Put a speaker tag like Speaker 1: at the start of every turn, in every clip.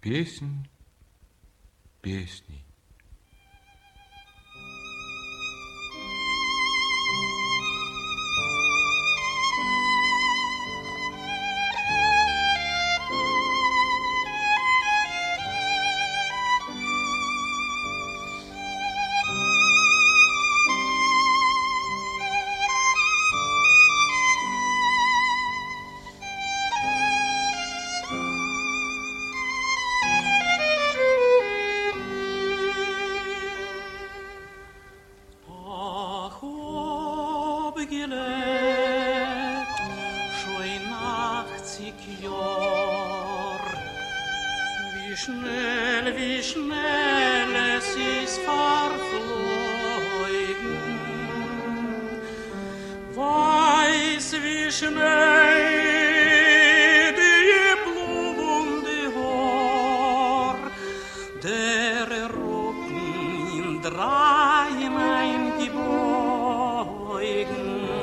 Speaker 1: Песнь песней.
Speaker 2: Wie schnell es ist verflogen, weiß wie schnell die Blumen die Haar, der Rücken in dreien eingebeugen.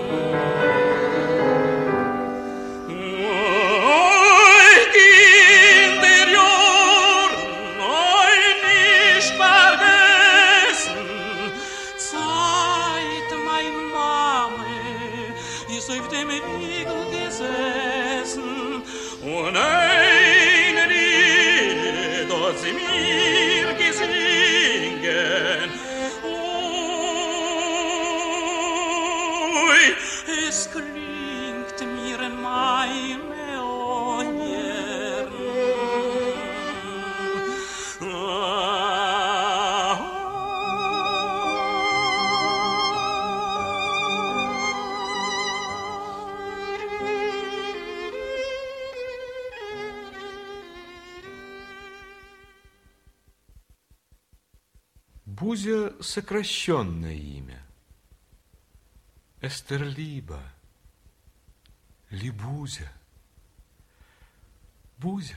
Speaker 2: Auf dem Igel gesessen und ein Lied hat sie mir gesingen. Ui, es klingt mir in meine Ohren.
Speaker 1: Бузя — сокращенное имя. Эстерлиба, Либузя, Бузя.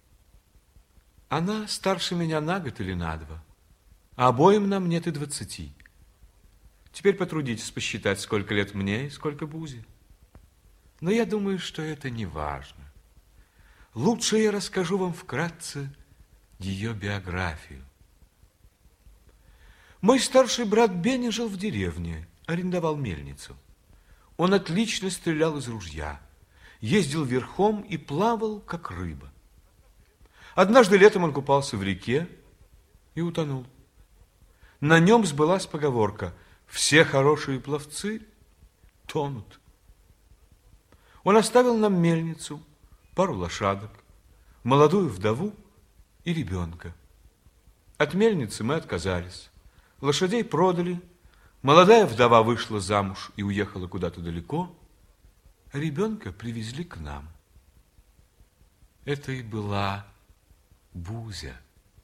Speaker 1: Она старше меня на год или на два, а обоим нам нет и 20. Теперь потрудитесь посчитать, сколько лет мне и сколько Бузе. Но я думаю, что это не важно. Лучше я расскажу вам вкратце ее биографию. Мой старший брат Беня жил в деревне, арендовал мельницу. Он отлично стрелял из ружья, ездил верхом и плавал, как рыба. Однажды летом он купался в реке и утонул. На нем сбылась поговорка: все хорошие пловцы тонут. Он оставил нам мельницу, пару лошадок, молодую вдову и ребенка. От мельницы мы отказались. Лошадей продали, молодая вдова вышла замуж и уехала куда-то далеко, а ребенка привезли к нам. Это и была Бузя.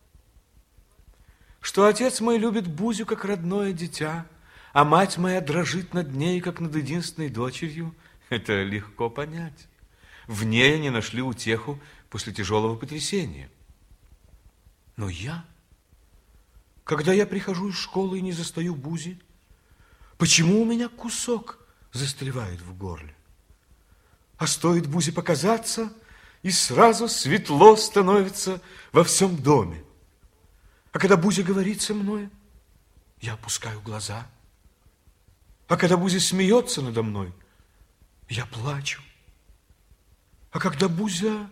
Speaker 1: Что отец мой любит Бузю как родное дитя, а мать моя дрожит над ней, как над единственной дочерью, это легко понять. В ней они нашли утеху после тяжелого потрясения. Но когда я прихожу из школы и не застаю Бузи, почему у меня кусок застревает в горле? А стоит Бузе показаться, и сразу светло становится во всем доме. А когда Бузя говорит со мной, я опускаю глаза. А когда Бузя смеется надо мной, я плачу. А когда Бузя...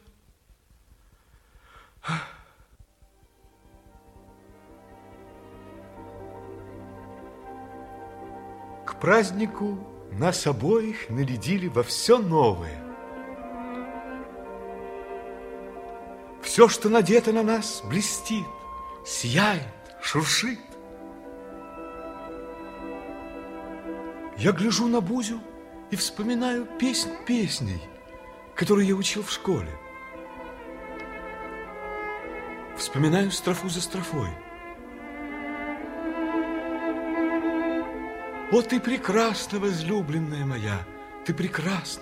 Speaker 1: К празднику нас обоих нарядили во все новое. Все, что надето на нас, блестит, сияет, шуршит. Я гляжу на Бузю и вспоминаю песнь песней, которую я учил в школе. Вспоминаю строфу за строфой. О, ты прекрасна, возлюбленная моя, ты прекрасна.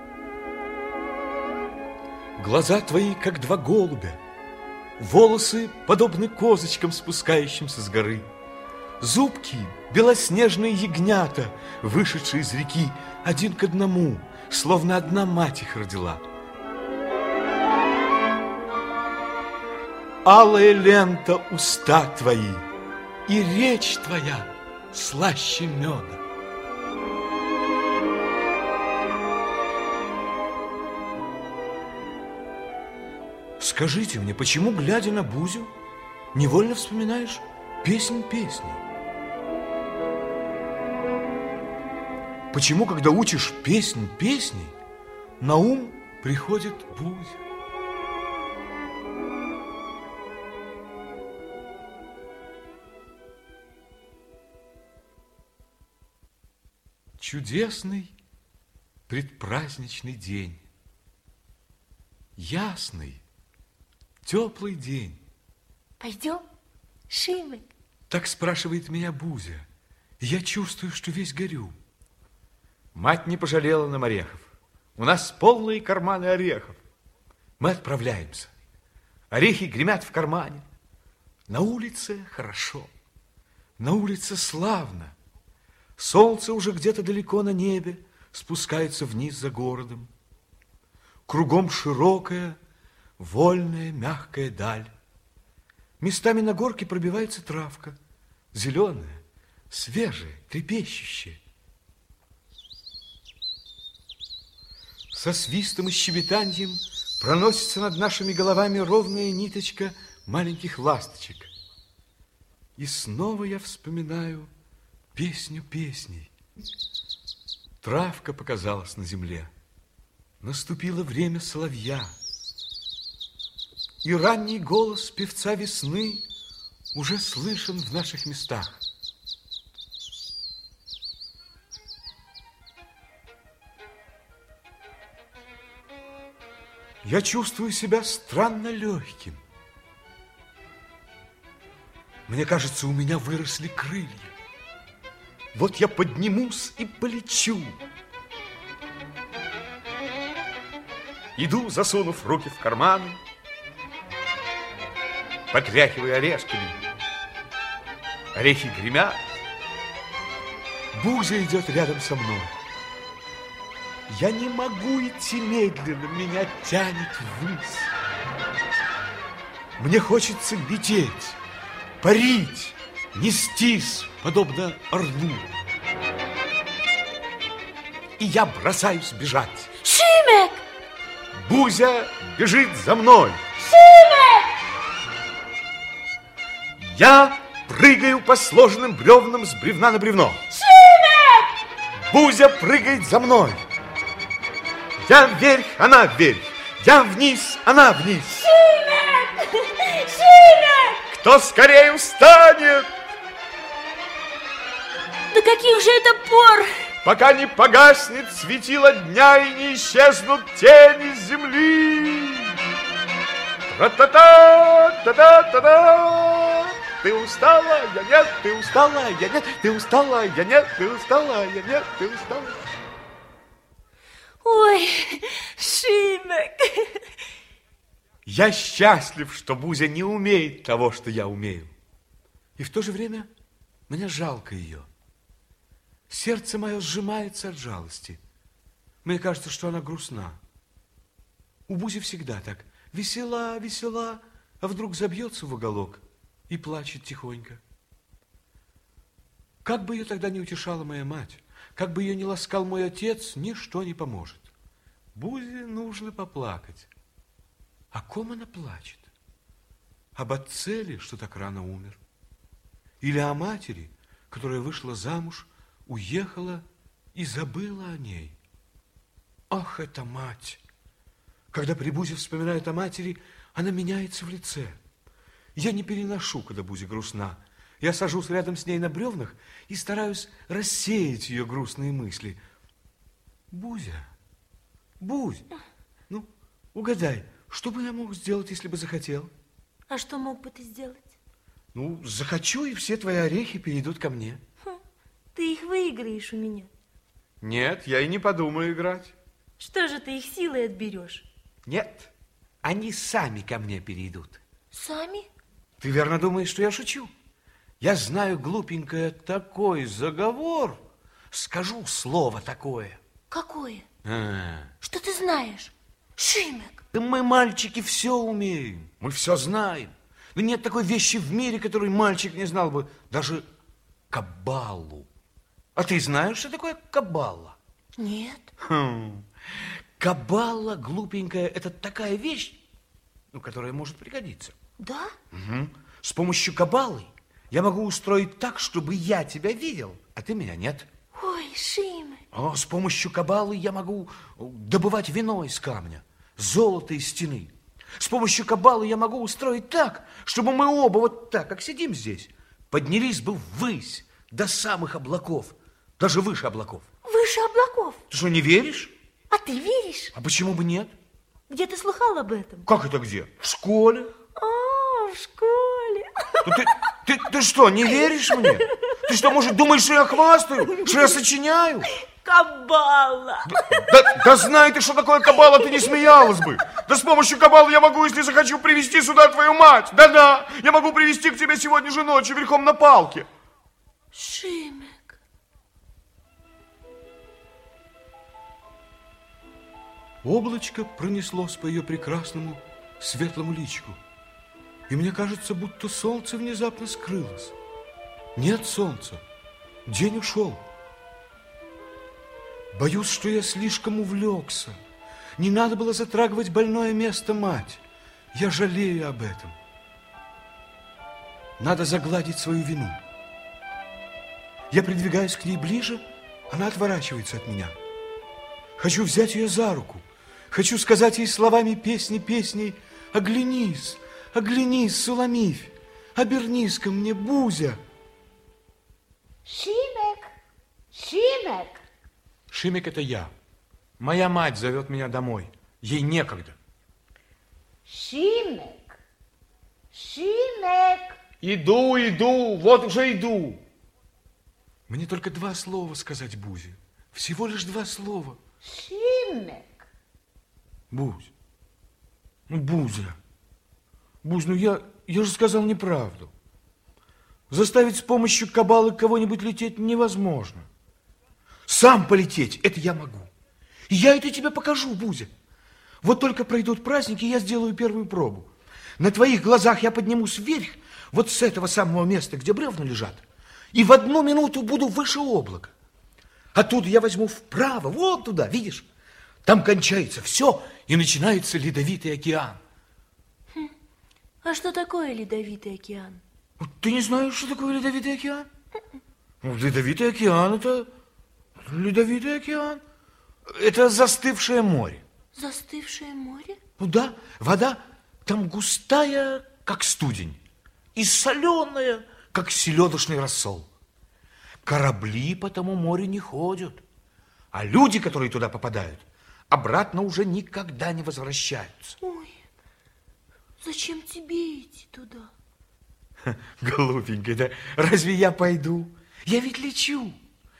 Speaker 1: Глаза твои, как два голубя, волосы подобны козочкам, спускающимся с горы. Зубки — белоснежные ягнята, вышедшие из реки один к одному, словно одна мать их родила. алая лента уста твои, и речь твоя слаще меда. Скажите мне, почему, глядя на Бузю, невольно вспоминаешь песнь песней? Почему, когда учишь песнь песней, на ум приходит Бузя? Чудесный предпраздничный день, ясный, теплый день.
Speaker 3: Пойдем, Шимик?
Speaker 1: Так спрашивает меня Бузя, и я чувствую, что весь горю. Мать не пожалела нам орехов. У нас полные карманы орехов. Мы отправляемся. Орехи гремят в кармане. На улице хорошо. На улице славно. Солнце уже где-то далеко на небе спускается вниз за городом. Кругом широкая, вольная, мягкая даль. Местами на горке пробивается травка, зеленая, свежая, трепещущая. Со свистом и щебетаньем проносится над нашими головами ровная ниточка маленьких ласточек. И снова я вспоминаю песню песней. Травка показалась на земле. Наступило время соловья. И ранний голос певца весны уже слышен в наших местах. Я чувствую себя странно легким. Мне кажется, у меня выросли крылья. Вот я поднимусь и полечу. Иду, засунув руки в карманы, потряхивая орешками. Орехи гремят. Бузя идет рядом со мной. Я не могу идти медленно, меня тянет ввысь. Мне хочется лететь, парить, нестись, подобно орлу. И я бросаюсь бежать.
Speaker 3: Шимик!
Speaker 1: Бузя бежит за мной.
Speaker 3: Шимик!
Speaker 1: Я прыгаю по сложенным бревнам с бревна на бревно.
Speaker 3: Шимик!
Speaker 1: Бузя прыгает за мной. Я вверх, она вверх. Я вниз, она вниз.
Speaker 3: Шимик! Шимик!
Speaker 1: Кто скорее устанет?
Speaker 3: До каких же это пор?
Speaker 1: Пока не погаснет светило дня и не исчезнут тени земли. Тра-та-та, та-та-та-та. Ты устала, я нет, ты устала, я нет, ты устала, я нет, ты устала, я нет, ты устала.
Speaker 3: Ой, Шимик!
Speaker 1: Я счастлив, что Бузя не умеет того, что я умею. И в то же время мне жалко ее. Сердце мое сжимается от жалости. Мне кажется, что она грустна. У Бузи всегда так. Весела, весела, а вдруг забьется в уголок и плачет тихонько. Как бы ее тогда не утешала моя мать, как бы ее не ласкал мой отец, ничто не поможет. Бузе нужно поплакать. О ком она плачет? Об отце ли, что так рано умер? Или о матери, которая вышла замуж, уехала и забыла о ней? Ах, эта мать! Когда при Бузе вспоминает о матери, она меняется в лице. Я не переношу, когда Бузе грустна. Я сажусь рядом с ней на бревнах и стараюсь рассеять ее грустные мысли. Бузя, Бузь, ну, угадай, что бы я мог сделать, если бы захотел?
Speaker 3: А что мог бы ты сделать?
Speaker 1: Ну, захочу, и все твои орехи перейдут ко мне.
Speaker 3: Ты их выиграешь у меня.
Speaker 1: Нет, я и не подумаю играть.
Speaker 3: Что же ты их силой отберешь?
Speaker 1: Нет, они сами ко мне перейдут.
Speaker 3: Сами?
Speaker 1: Ты верно думаешь, что я шучу? Я знаю, глупенькое, такой заговор. Скажу слово такое.
Speaker 3: Какое? Что ты знаешь? Шимик.
Speaker 1: Да мы, мальчики, все умеем. Мы все знаем. Нет такой вещи в мире, которую мальчик не знал бы. Даже кабалу. А ты знаешь, что такое кабала?
Speaker 3: Нет.
Speaker 1: Кабала, глупенькая, это такая вещь, которая может пригодиться.
Speaker 3: Да?
Speaker 1: Угу. С помощью кабалы я могу устроить так, чтобы я тебя видел, а ты меня нет.
Speaker 3: Ой, Шимек.
Speaker 1: С помощью кабалы я могу добывать вино из камня, золото из стены. С помощью кабалы я могу устроить так, чтобы мы оба вот так, как сидим здесь, поднялись бы ввысь до самых облаков, даже выше облаков.
Speaker 3: Выше облаков?
Speaker 1: Ты что, не веришь?
Speaker 3: А ты веришь?
Speaker 1: А почему бы нет?
Speaker 3: Где ты слыхал об этом?
Speaker 1: Как это где? В школе.
Speaker 3: В школе.
Speaker 1: Ты что, не веришь мне? Ты что, может, думаешь, что я хвастаю? Что я сочиняю?
Speaker 3: Кабала.
Speaker 1: Да знай ты, что такое кабала, ты не смеялась бы. Да с помощью кабалы я могу, если захочу, привести сюда твою мать. Да-да, я могу привести к тебе сегодня же ночью верхом на палке.
Speaker 3: Шимек.
Speaker 1: Облачко пронеслось по ее прекрасному светлому личику. И мне кажется, будто солнце внезапно скрылось. Нет солнца. День ушел. Боюсь, что я слишком увлекся. Не надо было затрагивать больное место мать. Я жалею об этом. Надо загладить свою вину. Я придвигаюсь к ней ближе, она отворачивается от меня. Хочу взять ее за руку. Хочу сказать ей словами песней: «Оглянись, оглянись, Суламифь, обернись ко мне, Бузя».
Speaker 3: Шимек, Шимек.
Speaker 1: Шимек – это я. Моя мать зовет меня домой. Ей некогда.
Speaker 3: Шимек, Шимек.
Speaker 1: Иду, вот уже иду. Мне только 2 слова сказать Бузе. Всего лишь 2 слова.
Speaker 3: Шимек.
Speaker 1: Бузь. Бузя. Бузь, я же сказал неправду. Заставить с помощью кабалы кого-нибудь лететь невозможно. Сам полететь – это я могу. И я это тебе покажу, Бузя. Вот только пройдут праздники, я сделаю первую пробу. На твоих глазах я поднимусь вверх, вот с этого самого места, где бревна лежат, и в 1 минуту буду выше облака. Оттуда я возьму вправо, вот туда, видишь? Там кончается все, и начинается ледовитый океан.
Speaker 3: А что такое ледовитый океан?
Speaker 1: Ты не знаешь, что такое ледовитый океан? Ледовитый океан – это... Ледовитый океан – это застывшее море.
Speaker 3: Застывшее море?
Speaker 1: Да, вода там густая, как студень, и соленая, как селедочный рассол. Корабли по тому морю не ходят, а люди, которые туда попадают, обратно уже никогда не возвращаются.
Speaker 3: Ой, зачем тебе идти туда?
Speaker 1: Глупенькая, да разве я пойду? Я ведь лечу.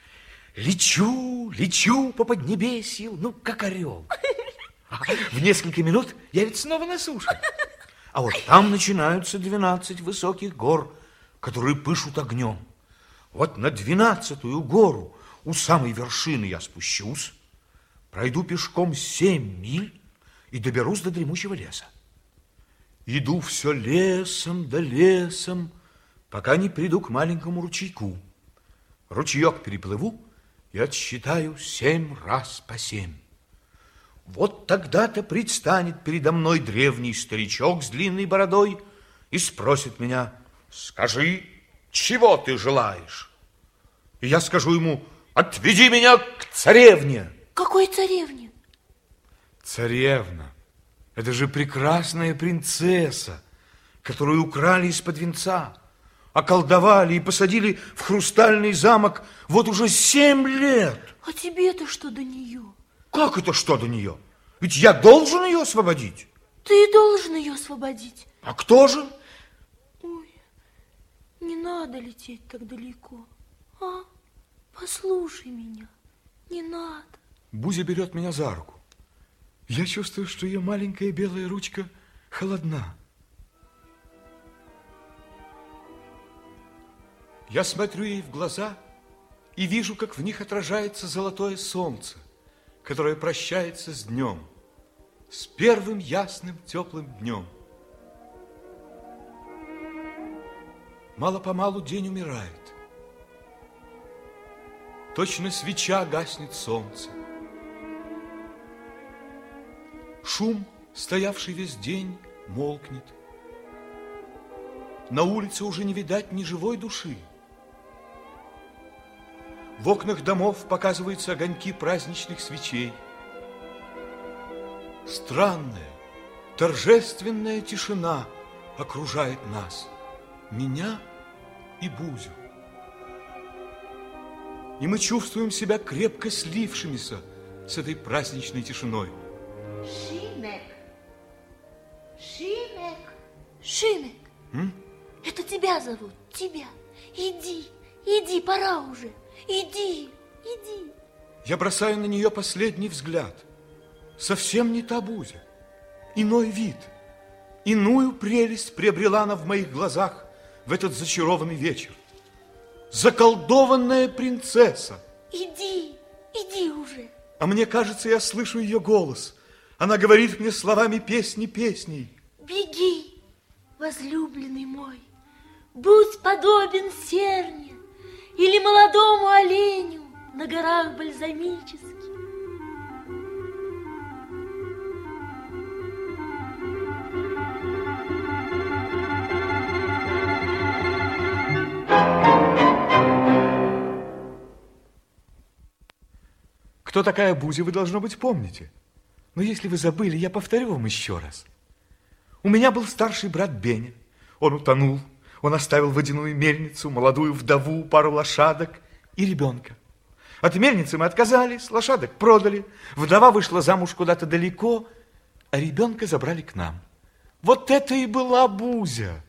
Speaker 1: Лечу по поднебесью, как орел. В несколько минут я ведь снова на суше. А вот там начинаются 12 высоких гор, которые пышут огнем. Вот на 12-ю гору у самой вершины я спущусь, пройду пешком 7 миль и доберусь до дремучего леса. Иду все лесом да лесом, пока не приду к маленькому ручейку. Ручеек переплыву и отсчитаю 7 раз по 7. Вот тогда-то предстанет передо мной древний старичок с длинной бородой и спросит меня: «Скажи, чего ты желаешь?» И я скажу ему: «Отведи меня к царевне».
Speaker 3: Какой царевне?
Speaker 1: Царевна – это же прекрасная принцесса, которую украли из-под венца, околдовали и посадили в хрустальный замок вот уже 7 лет.
Speaker 3: А тебе-то что до нее?
Speaker 1: Как это что до нее? Ведь я должен ее освободить.
Speaker 3: Ты должен ее освободить.
Speaker 1: А кто же?
Speaker 3: Ой, не надо лететь так далеко. Послушай меня, не надо.
Speaker 1: Бузя берет меня за руку. Я чувствую, что ее маленькая белая ручка холодна. Я смотрю ей в глаза и вижу, как в них отражается золотое солнце, которое прощается с днем, с первым ясным теплым днем. Мало-помалу день умирает. Точно свеча гаснет солнце. Шум, стоявший весь день, молкнет. На улице уже не видать ни живой души. В окнах домов показываются огоньки праздничных свечей. Странная, торжественная тишина окружает нас, меня и Бузю. И мы чувствуем себя крепко слившимися с этой праздничной тишиной.
Speaker 3: Шимек! Шимек! Шимек! Это тебя зовут, тебя. Иди, пора уже. Иди.
Speaker 1: Я бросаю на нее последний взгляд. Совсем не та Бузя. Иной вид. Иную прелесть приобрела она в моих глазах в этот зачарованный вечер. Заколдованная принцесса.
Speaker 3: Иди уже.
Speaker 1: А мне кажется, я слышу ее голос. Она говорит мне словами песни песней.
Speaker 3: Беги, возлюбленный мой, будь подобен серне или молодому оленю на горах бальзамических.
Speaker 1: Кто такая Бузя, вы, должно быть, помните. Но если вы забыли, я повторю вам еще раз. У меня был старший брат Беня. Он утонул. Он оставил водяную мельницу, молодую вдову, пару лошадок и ребенка. От мельницы мы отказались, лошадок продали. Вдова вышла замуж куда-то далеко, а ребенка забрали к нам. Вот это и была Бузя.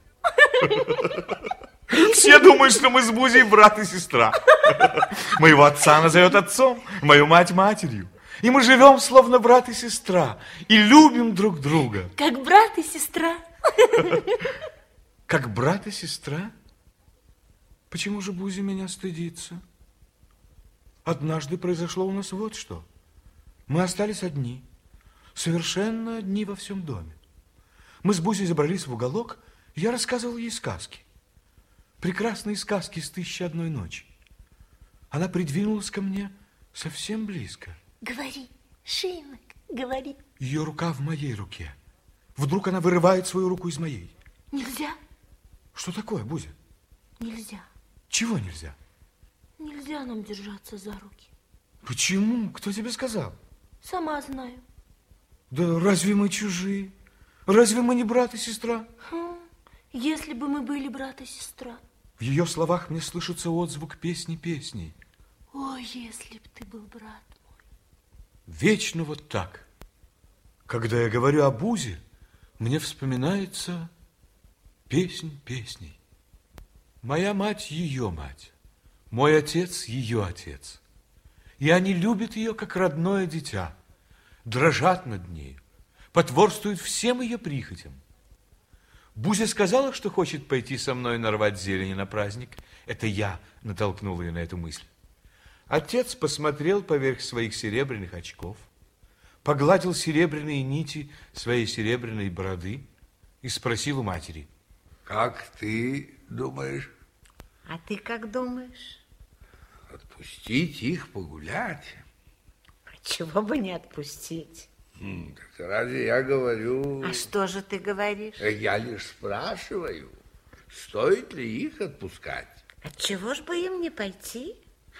Speaker 1: Все думают, что мы с Бузей брат и сестра. Моего отца она зовет отцом, мою мать матерью. И мы живем словно брат и сестра. И любим друг друга.
Speaker 3: Как брат и сестра.
Speaker 1: Как брат и сестра? Почему же Бузя меня стыдится? Однажды произошло у нас вот что. Мы остались одни. Совершенно одни во всем доме. Мы с Бузей забрались в уголок, и я рассказывал ей сказки. Прекрасные сказки с «Тысячи одной ночи». Она придвинулась ко мне совсем близко.
Speaker 3: Говори, Шимек, говори.
Speaker 1: Ее рука в моей руке. Вдруг она вырывает свою руку из моей.
Speaker 3: Нельзя.
Speaker 1: Что такое, Бузя?
Speaker 3: Нельзя.
Speaker 1: Чего нельзя?
Speaker 3: Нельзя нам держаться за руки.
Speaker 1: Почему? Кто тебе сказал?
Speaker 3: Сама знаю.
Speaker 1: Да разве мы чужие? Разве мы не брат и сестра?
Speaker 3: Если бы мы были брат и сестра.
Speaker 1: В ее словах мне слышится отзвук песни песней.
Speaker 3: О, если б ты был брат мой.
Speaker 1: Вечно вот так. Когда я говорю о Бузе, мне вспоминается песнь песней. Моя мать ее мать, мой отец ее отец. И они любят ее, как родное дитя, дрожат над нею, потворствуют всем ее прихотям. Бузя сказала, что хочет пойти со мной нарвать зелени на праздник. Это я натолкнул ее на эту мысль. Отец посмотрел поверх своих серебряных очков, погладил серебряные нити своей серебряной бороды и спросил у матери.
Speaker 4: Как ты думаешь?
Speaker 5: А ты как думаешь?
Speaker 4: Отпустить их погулять?
Speaker 5: А чего бы не отпустить?
Speaker 4: Так разве я говорю...
Speaker 5: А что же ты говоришь?
Speaker 4: Я лишь спрашиваю, стоит ли их отпускать.
Speaker 5: Отчего ж бы им не пойти?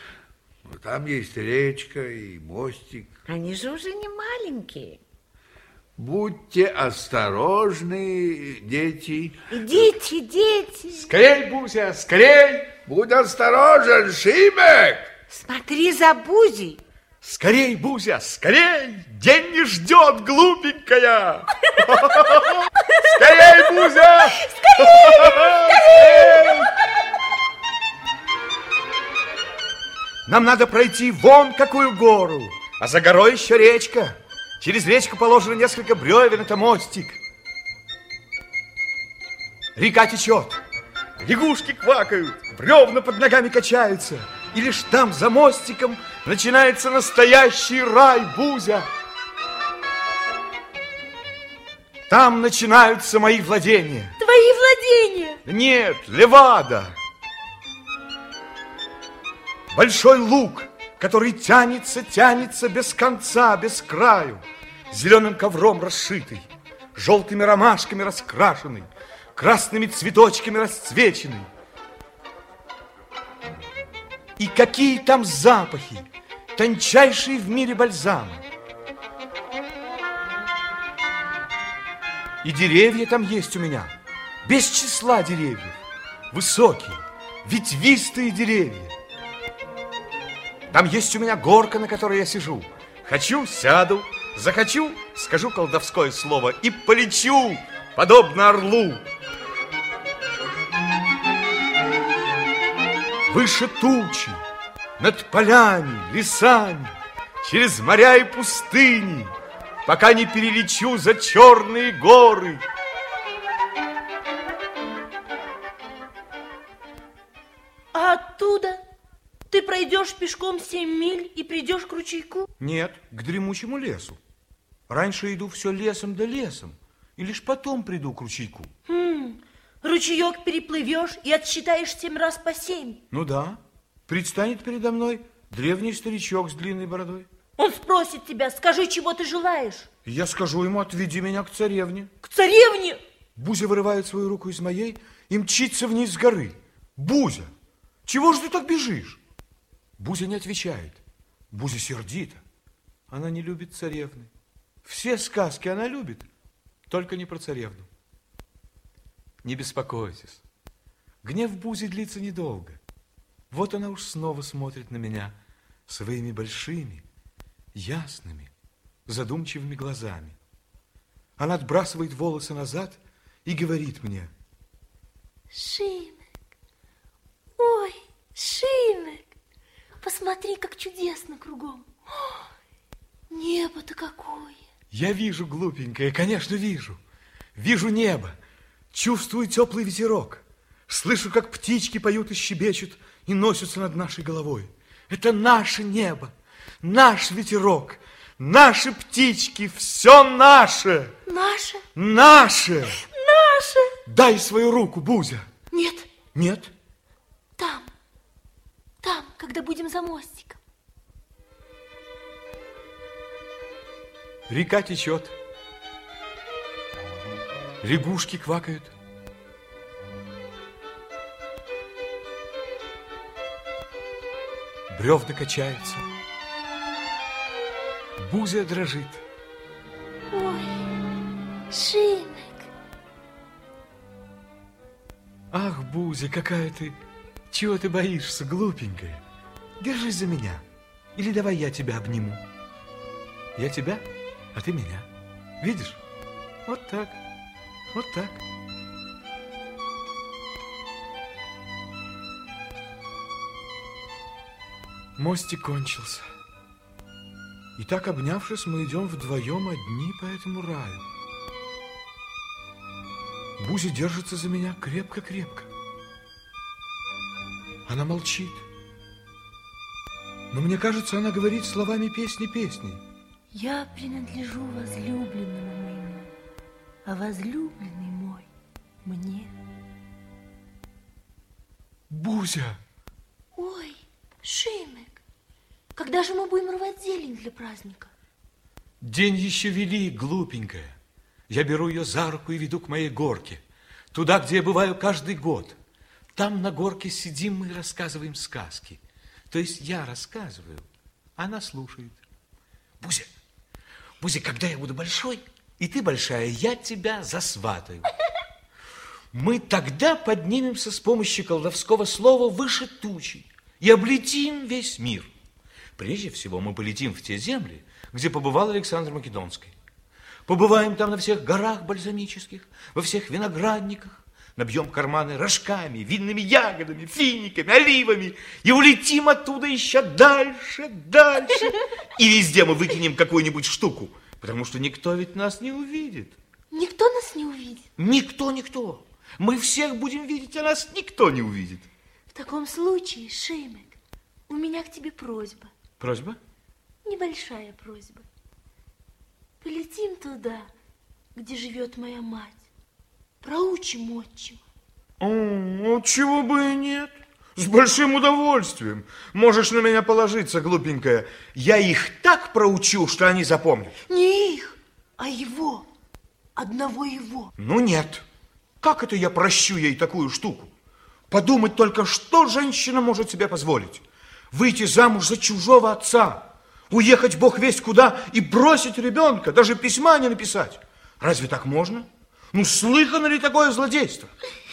Speaker 4: Ну, там есть речка и мостик.
Speaker 5: Они же уже не маленькие.
Speaker 4: Будьте осторожны, дети.
Speaker 5: Дети.
Speaker 1: Скорей, Бузя, скорей!
Speaker 4: Будь осторожен, Шимек!
Speaker 5: Смотри за Бузей.
Speaker 1: Скорей, Бузя, скорей! День не ждет, глупенькая! Скорей, Бузя! Скорей! Нам надо пройти вон какую гору, а за горой еще речка. Через речку положено несколько бревен, это мостик. Река течет, лягушки квакают, бревна под ногами качаются. И лишь там, за мостиком, начинается настоящий рай, Бузя. Там начинаются мои владения.
Speaker 3: Твои владения? растение.
Speaker 1: Нет, левада. Большой луг, который тянется, тянется без конца, без краю, зеленым ковром расшитый, желтыми ромашками раскрашенный, красными цветочками расцвеченный. И какие там запахи, тончайшие в мире бальзамы. И деревья там есть у меня, без числа деревьев, высокие, ветвистые деревья. Там есть у меня горка, на которой я сижу. Хочу — сяду, захочу — скажу колдовское слово и полечу, подобно орлу. Выше тучи, над полями, лесами, через моря и пустыни, пока не перелечу за черные горы.
Speaker 3: А оттуда ты пройдешь пешком 7 миль и придешь к ручейку?
Speaker 1: Нет, к дремучему лесу. Раньше иду все лесом да лесом, и лишь потом приду к ручейку.
Speaker 3: Ручеек переплывешь и отсчитаешь 7 раз по 7.
Speaker 1: Ну да, предстанет передо мной древний старичок с длинной бородой.
Speaker 3: Он спросит тебя, скажи, чего ты желаешь.
Speaker 1: И я скажу ему: отведи меня к царевне.
Speaker 3: К царевне?
Speaker 1: Бузя вырывает свою руку из моей и мчится вниз с горы. Бузя, чего же ты так бежишь? Бузя не отвечает. Бузя сердита. Она не любит царевны. Все сказки она любит, только не про царевну. Не беспокойтесь. Гнев Бузи длится недолго. Вот она уж снова смотрит на меня своими большими, ясными, задумчивыми глазами. Она отбрасывает волосы назад и говорит мне:
Speaker 3: Шимек, ой, Шимек, посмотри, как чудесно кругом. Небо-то какое.
Speaker 1: Я вижу, глупенькая, конечно, вижу. Вижу небо, чувствую теплый ветерок, слышу, как птички поют и щебечут и носятся над нашей головой. Это наше небо, наш ветерок, наши птички, все наше.
Speaker 3: Наше?
Speaker 1: Наше.
Speaker 3: Наше.
Speaker 1: Дай свою руку, Бузя.
Speaker 3: Нет.
Speaker 1: Нет?
Speaker 3: Там, когда будем за мостиком.
Speaker 1: Река течет, лягушки квакают. Бревна качаются. Бузя дрожит.
Speaker 3: Ой, Шимек.
Speaker 1: Ах, Бузя, какая ты... Чего ты боишься, глупенькая? Держись за меня. Или давай я тебя обниму. Я тебя, а ты меня. Видишь? Вот так, вот так. Мостик кончился. И так, обнявшись, мы идем вдвоем одни по этому раю. Бузя держится за меня крепко-крепко. Она молчит. Но мне кажется, она говорит словами песни.
Speaker 3: Я принадлежу возлюбленному моему, а возлюбленный мой мне.
Speaker 1: Бузя!
Speaker 3: Ой, Шимек, когда же мы будем рвать зелень для праздника?
Speaker 1: День еще велик, глупенькая. Я беру ее за руку и веду к моей горке, туда, где я бываю каждый год. Там на горке сидим мы и рассказываем сказки. То есть я рассказываю, она слушает. Бузя, Бузя, когда я буду большой, и ты большая, я тебя засватаю. Мы тогда поднимемся с помощью колдовского слова выше тучи и облетим весь мир. Прежде всего мы полетим в те земли, где побывал Александр Македонский. Побываем там на всех горах бальзамических, во всех виноградниках, набьем карманы рожками, винными ягодами, финиками, оливами и улетим оттуда еще дальше. И везде мы выкинем какую-нибудь штуку, потому что никто ведь нас не увидит.
Speaker 3: Никто нас не увидит?
Speaker 1: Никто. Мы всех будем видеть, а нас никто не увидит.
Speaker 3: В таком случае, Шимек, у меня к тебе просьба.
Speaker 1: Просьба?
Speaker 3: Небольшая просьба. Полетим туда, где живет моя мать. Проучим отчима.
Speaker 1: Чего бы и нет. С большим удовольствием. Можешь на меня положиться, глупенькая. Я их так проучу, что они запомнят.
Speaker 3: Не их, а его. Одного его.
Speaker 1: Ну нет. Как это я прощу ей такую штуку? Подумать только, что женщина может себе позволить. Выйти замуж за чужого отца, уехать бог весть куда и бросить ребенка, даже письма не написать. Разве так можно? Ну, слыхано ли такое злодейство?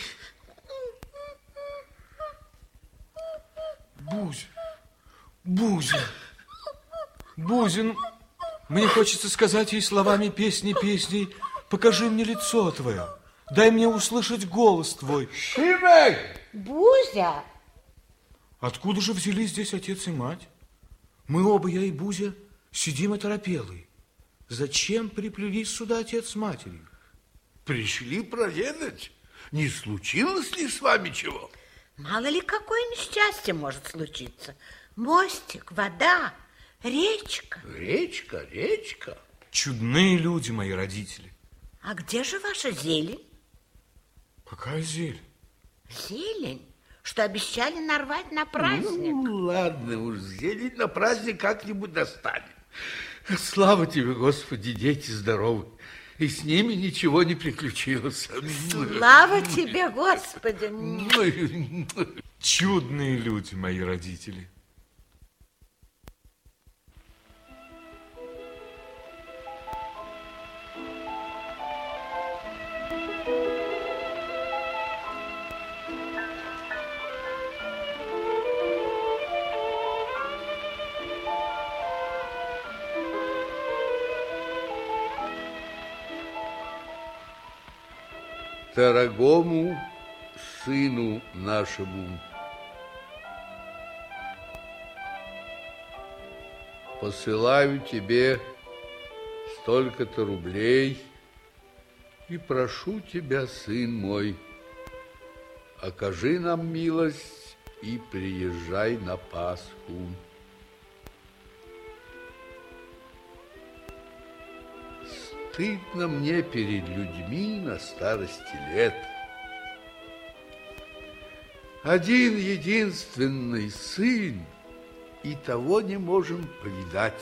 Speaker 1: Бузя, мне хочется сказать ей словами песней, покажи мне лицо твое, дай мне услышать голос твой.
Speaker 4: Шибек!
Speaker 5: Бузя!
Speaker 1: Откуда же взялись здесь отец и мать? Мы оба, я и Бузя, сидим оторопелые. Зачем приплелись сюда отец с матерью?
Speaker 4: Пришли проведать, не случилось ли с вами чего?
Speaker 5: Мало ли какое несчастье может случиться. Мостик, вода, речка.
Speaker 4: Речка.
Speaker 1: Чудные люди мои родители.
Speaker 5: А где же ваша зелень?
Speaker 1: Какая зелень?
Speaker 5: Зелень, что обещали нарвать на праздник.
Speaker 4: Ну, ладно уж, зелень на праздник как-нибудь достанем. Слава тебе, Господи, дети здоровы. И с ними ничего не приключилось.
Speaker 5: Слава тебе, Господи!
Speaker 1: Чудные люди мои родители.
Speaker 4: Дорогому сыну нашему, посылаю тебе столько-то рублей и прошу тебя, сын мой, окажи нам милость и приезжай на Пасху. Стыдно мне перед людьми на старости лет. Один единственный сын, и того не можем предать.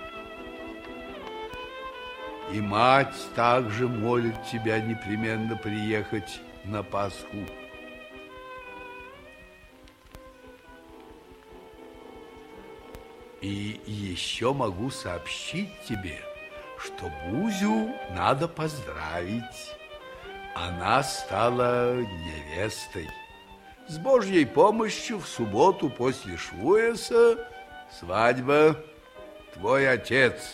Speaker 4: И мать также молит тебя непременно приехать на Пасху. И еще могу сообщить тебе, что Бузю надо поздравить. Она стала невестой. С Божьей помощью в субботу после Швуеса свадьба. Твой отец.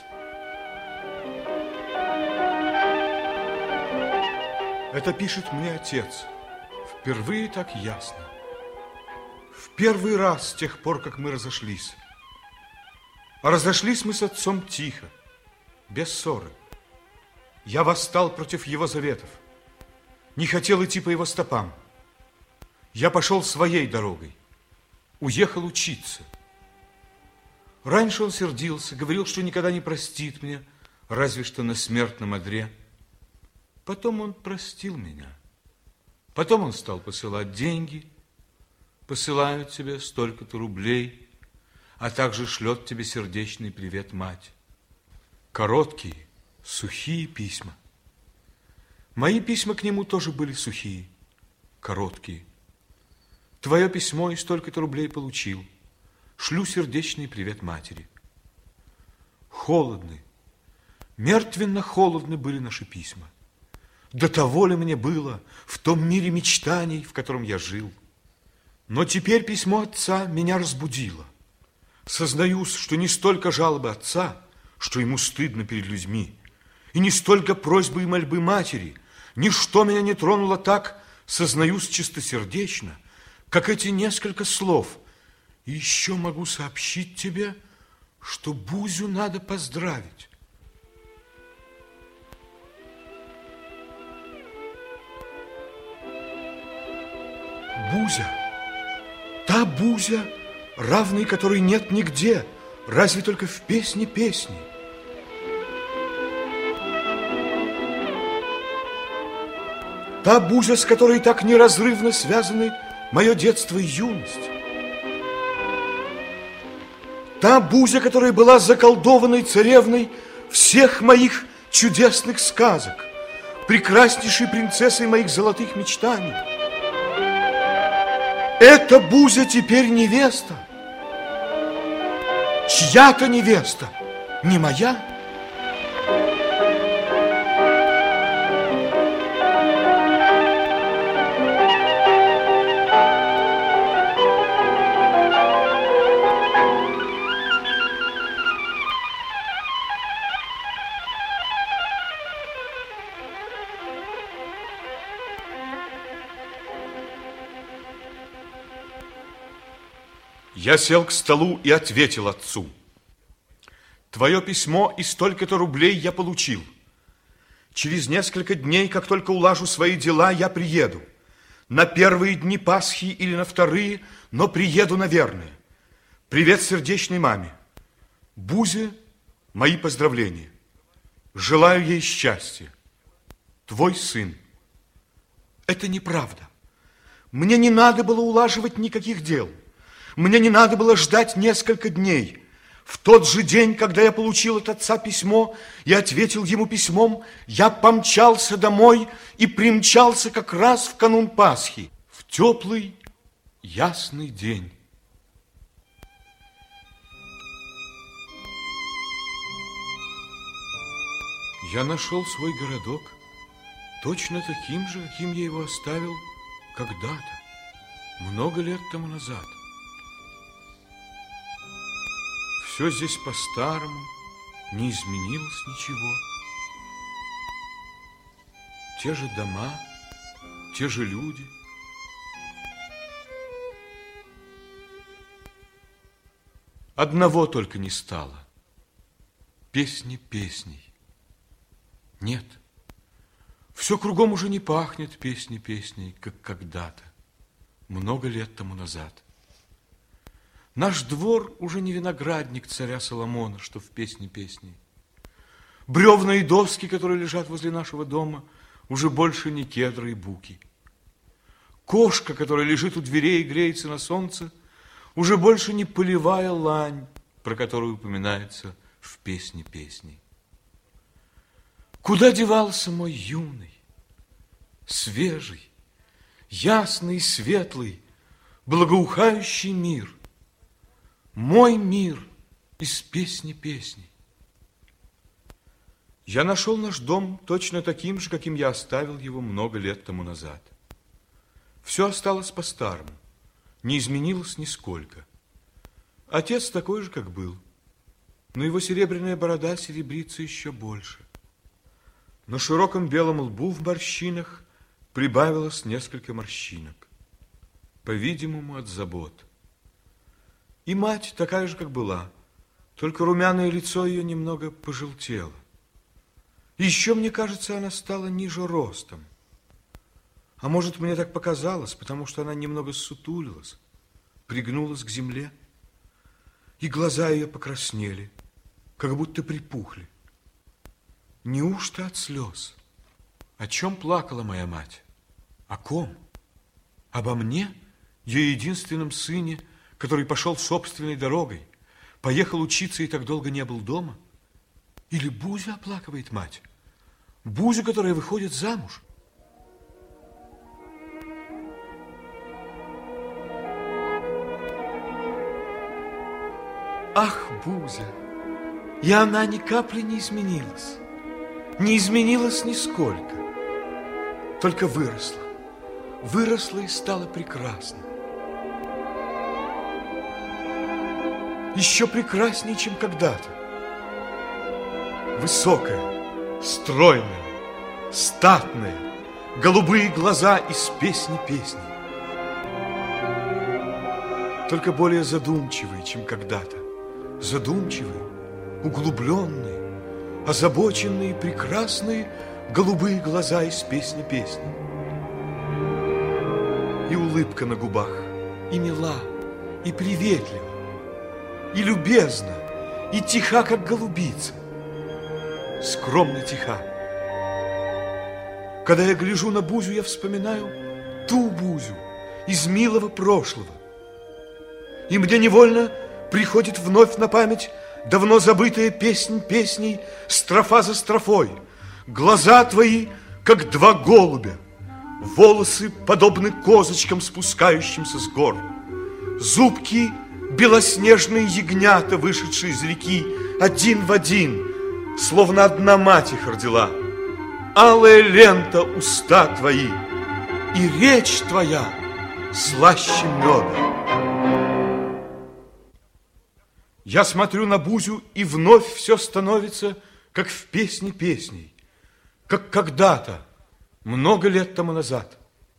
Speaker 1: Это пишет мне отец. Впервые так ясно. В первый раз с тех пор, как мы разошлись. А разошлись мы с отцом тихо, без ссоры. Я восстал против его заветов. Не хотел идти по его стопам. Я пошел своей дорогой. Уехал учиться. Раньше он сердился, говорил, что никогда не простит мне, разве что на смертном одре. Потом он простил меня. Потом он стал посылать деньги. Посылают тебе столько-то рублей, а также шлет тебе сердечный привет мать. Короткие, сухие письма. Мои письма к нему тоже были сухие, короткие. Твое письмо и столько-то рублей получил. Шлю сердечный привет матери. Холодны, мертвенно-холодны были наши письма. До того ли мне было в том мире мечтаний, в котором я жил? Но теперь письмо отца меня разбудило. Сознаюсь, что не столько жалобы отца, что ему стыдно перед людьми, и не столько просьбы и мольбы матери, ничто меня не тронуло так, сознаюсь чистосердечно, как эти несколько слов. И еще могу сообщить тебе, что Бузю надо поздравить. Бузя, та Бузя, равной которой нет нигде, разве только в песне песни. Та Бузя, с которой так неразрывно связаны мое детство и юность. Та Бузя, которая была заколдованной царевной всех моих чудесных сказок, прекраснейшей принцессой моих золотых мечтаний. Эта Бузя теперь невеста. Чья-то невеста, не моя. Я сел к столу и ответил отцу. Твое письмо и столько-то рублей я получил. Через несколько дней, как только улажу свои дела, я приеду. На первые дни Пасхи или на вторые, но приеду, наверное. Привет сердечной маме. Бузе мои поздравления. Желаю ей счастья. Твой сын. Это неправда. Мне не надо было улаживать никаких дел. Мне не надо было ждать несколько дней. В тот же день, когда я получил от отца письмо и ответил ему письмом, я помчался домой и примчался как раз в канун Пасхи, в теплый, ясный день. Я нашел свой городок точно таким же, каким я его оставил когда-то, много лет тому назад. Все здесь по-старому, не изменилось ничего. Те же дома, те же люди. Одного только не стало. Песни песней. Нет, все кругом уже не пахнет песней, как когда-то, много лет тому назад. Наш двор уже не виноградник царя Соломона, что в песне песней. Бревна и доски, которые лежат возле нашего дома, уже больше не кедры и буки. Кошка, которая лежит у дверей и греется на солнце, уже больше не полевая лань, про которую упоминается в песне песней. Куда девался мой юный, свежий, ясный, светлый, благоухающий мир? Мой мир из песни песней. Я нашел наш дом точно таким же, каким я оставил его много лет тому назад. Все осталось по-старому, не изменилось нисколько. Отец такой же, как был, но его серебряная борода серебрится еще больше. На широком белом лбу в морщинах прибавилось несколько морщинок, по-видимому, от забот. И мать такая же, как была, только румяное лицо ее немного пожелтело. Еще, мне кажется, она стала ниже ростом. А может, мне так показалось, потому что она немного ссутулилась, пригнулась к земле, и глаза ее покраснели, как будто припухли. Неужто от слез? О чем плакала моя мать? О ком? Обо мне, ее единственном сыне, который пошел собственной дорогой, поехал учиться и так долго не был дома? Или Бузя оплакивает мать? Бузю, которая выходит замуж? Ах, Бузя! И она ни капли не изменилась. Не изменилась нисколько. Только выросла. Выросла и стала прекрасна. Еще прекраснее, чем когда-то. Высокая, стройная, статная, голубые глаза из песни песней. Только более задумчивые, чем когда-то. Задумчивые, углубленные, озабоченные, прекрасные голубые глаза из песни песни. И улыбка на губах, и мила, и приветлива, и любезна, и тиха, как голубица. Скромно тиха. Когда я гляжу на Бузю, я вспоминаю ту Бузю из милого прошлого. И мне невольно приходит вновь на память давно забытая песнь песней, строфа за строфой. Глаза твои, как два голубя, волосы подобны козочкам, спускающимся с гор. Зубки белоснежные ягнята, вышедшие из реки, один в один, словно одна мать их родила. Алая лента уста твои, и речь твоя слаще меда. Я смотрю на Бузю, и вновь все становится, как в песне песней, как когда-то, много лет тому назад.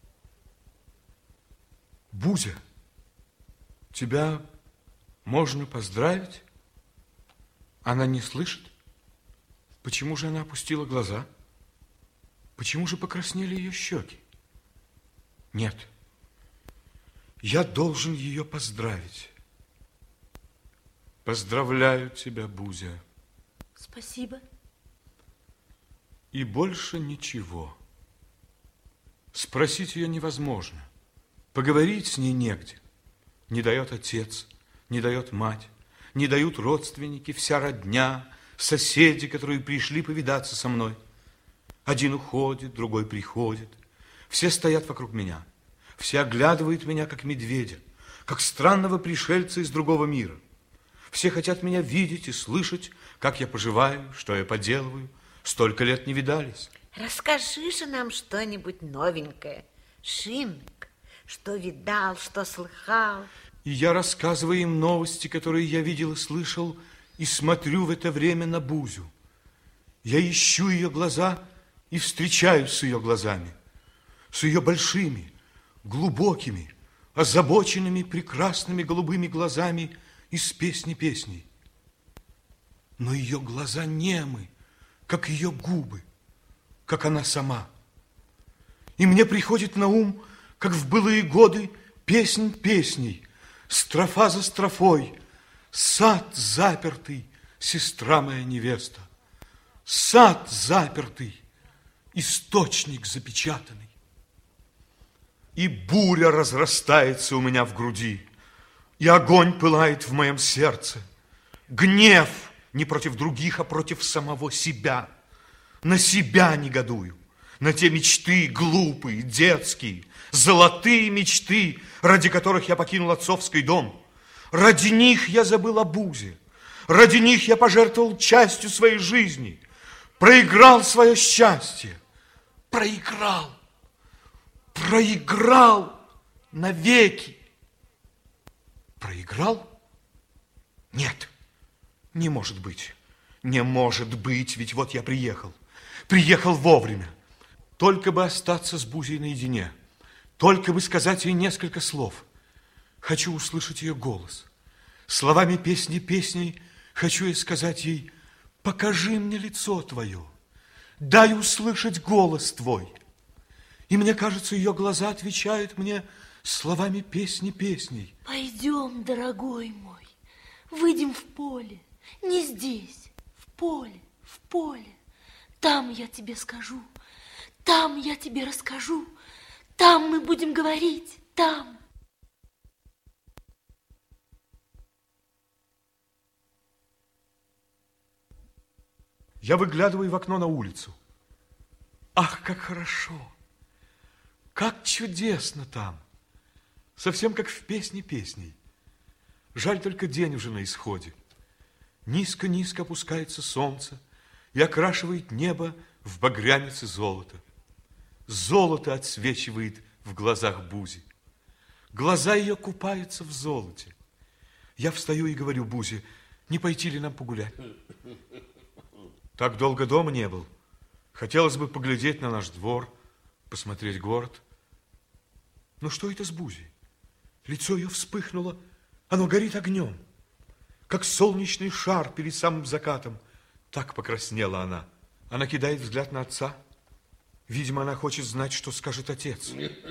Speaker 1: Бузя, тебя можно поздравить? Она не слышит? Почему же она опустила глаза? Почему же покраснели ее щеки? Нет, я должен ее поздравить. Поздравляю тебя, Бузя.
Speaker 3: Спасибо.
Speaker 1: И больше ничего. Спросить ее невозможно. Поговорить с ней негде. Не дает отец, не дает мать, не дают родственники, вся родня, соседи, которые пришли повидаться со мной. Один уходит, другой приходит. Все стоят вокруг меня. Все оглядывают меня, как медведя, как странного пришельца из другого мира. Все хотят меня видеть и слышать, как я поживаю, что я поделываю. Столько лет не видались.
Speaker 5: Расскажи же нам что-нибудь новенькое, Шинник, что видал, что слыхал.
Speaker 1: И я рассказываю им новости, которые я видел и слышал, и смотрю в это время на Бузю. Я ищу ее глаза и встречаюсь с ее глазами, с ее большими, глубокими, озабоченными, прекрасными голубыми глазами из песни песней. Но ее глаза немы, как ее губы, как она сама. И мне приходит на ум, как в былые годы, песнь песней, строфа за строфой, сад запертый, сестра моя невеста, сад запертый, источник запечатанный. И буря разрастается у меня в груди, и огонь пылает в моем сердце. Гнев не против других, а против самого себя. На себя негодую, на те мечты глупые, детские, золотые мечты, ради которых я покинул отцовский дом. Ради них я забыл о Бузе. Ради них я пожертвовал частью своей жизни. Проиграл свое счастье. Проиграл. Проиграл навеки. Проиграл? Нет, не может быть. Не может быть, ведь вот я приехал. Приехал вовремя. Только бы остаться с Бузей наедине. Только бы сказать ей несколько слов. Хочу услышать ее голос. Словами песни песней хочу я сказать ей: покажи мне лицо твое, дай услышать голос твой. И мне кажется, ее глаза отвечают мне словами песни песней.
Speaker 3: Пойдем, дорогой мой, выйдем в поле, не здесь, в поле, в поле. Там я тебе скажу, там я тебе расскажу, там мы будем говорить, там.
Speaker 1: Я выглядываю в окно на улицу. Ах, как хорошо! Как чудесно там! Совсем как в песне песней. Жаль, только день уже на исходе. Низко-низко опускается солнце и окрашивает небо в багрянице золота. Золото отсвечивает в глазах Бузи. Глаза ее купаются в золоте. Я встаю и говорю Бузе: не пойти ли нам погулять? Так долго дома не был. Хотелось бы поглядеть на наш двор, посмотреть город. Но что это с Бузей? Лицо ее вспыхнуло, оно горит огнем. Как солнечный шар перед самым закатом. Так покраснела она. Она кидает взгляд на отца. Видимо, она хочет знать, что скажет отец.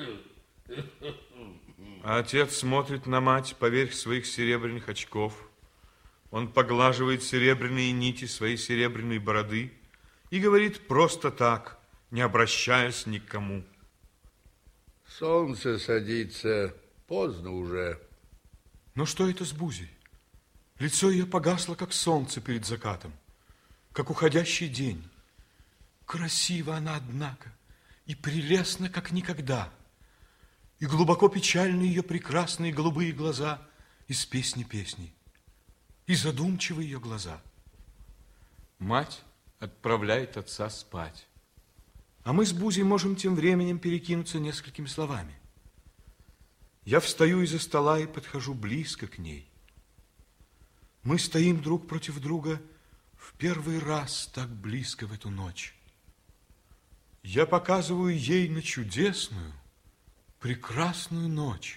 Speaker 1: А отец смотрит на мать поверх своих серебряных очков. Он поглаживает серебряные нити своей серебряной бороды и говорит просто так, не обращаясь ни к кому.
Speaker 4: Солнце садится, поздно уже.
Speaker 1: Но что это с Бузей? Лицо ее погасло, как солнце перед закатом, как уходящий день. Красива она, однако, и прелестна, как никогда. И глубоко печальны ее прекрасные голубые глаза из песни песней. И задумчивы ее глаза. Мать отправляет отца спать. А мы с Бузей можем тем временем перекинуться несколькими словами. Я встаю из-за стола и подхожу близко к ней. Мы стоим друг против друга в первый раз так близко в эту ночь. Я показываю ей на чудесную, прекрасную ночь.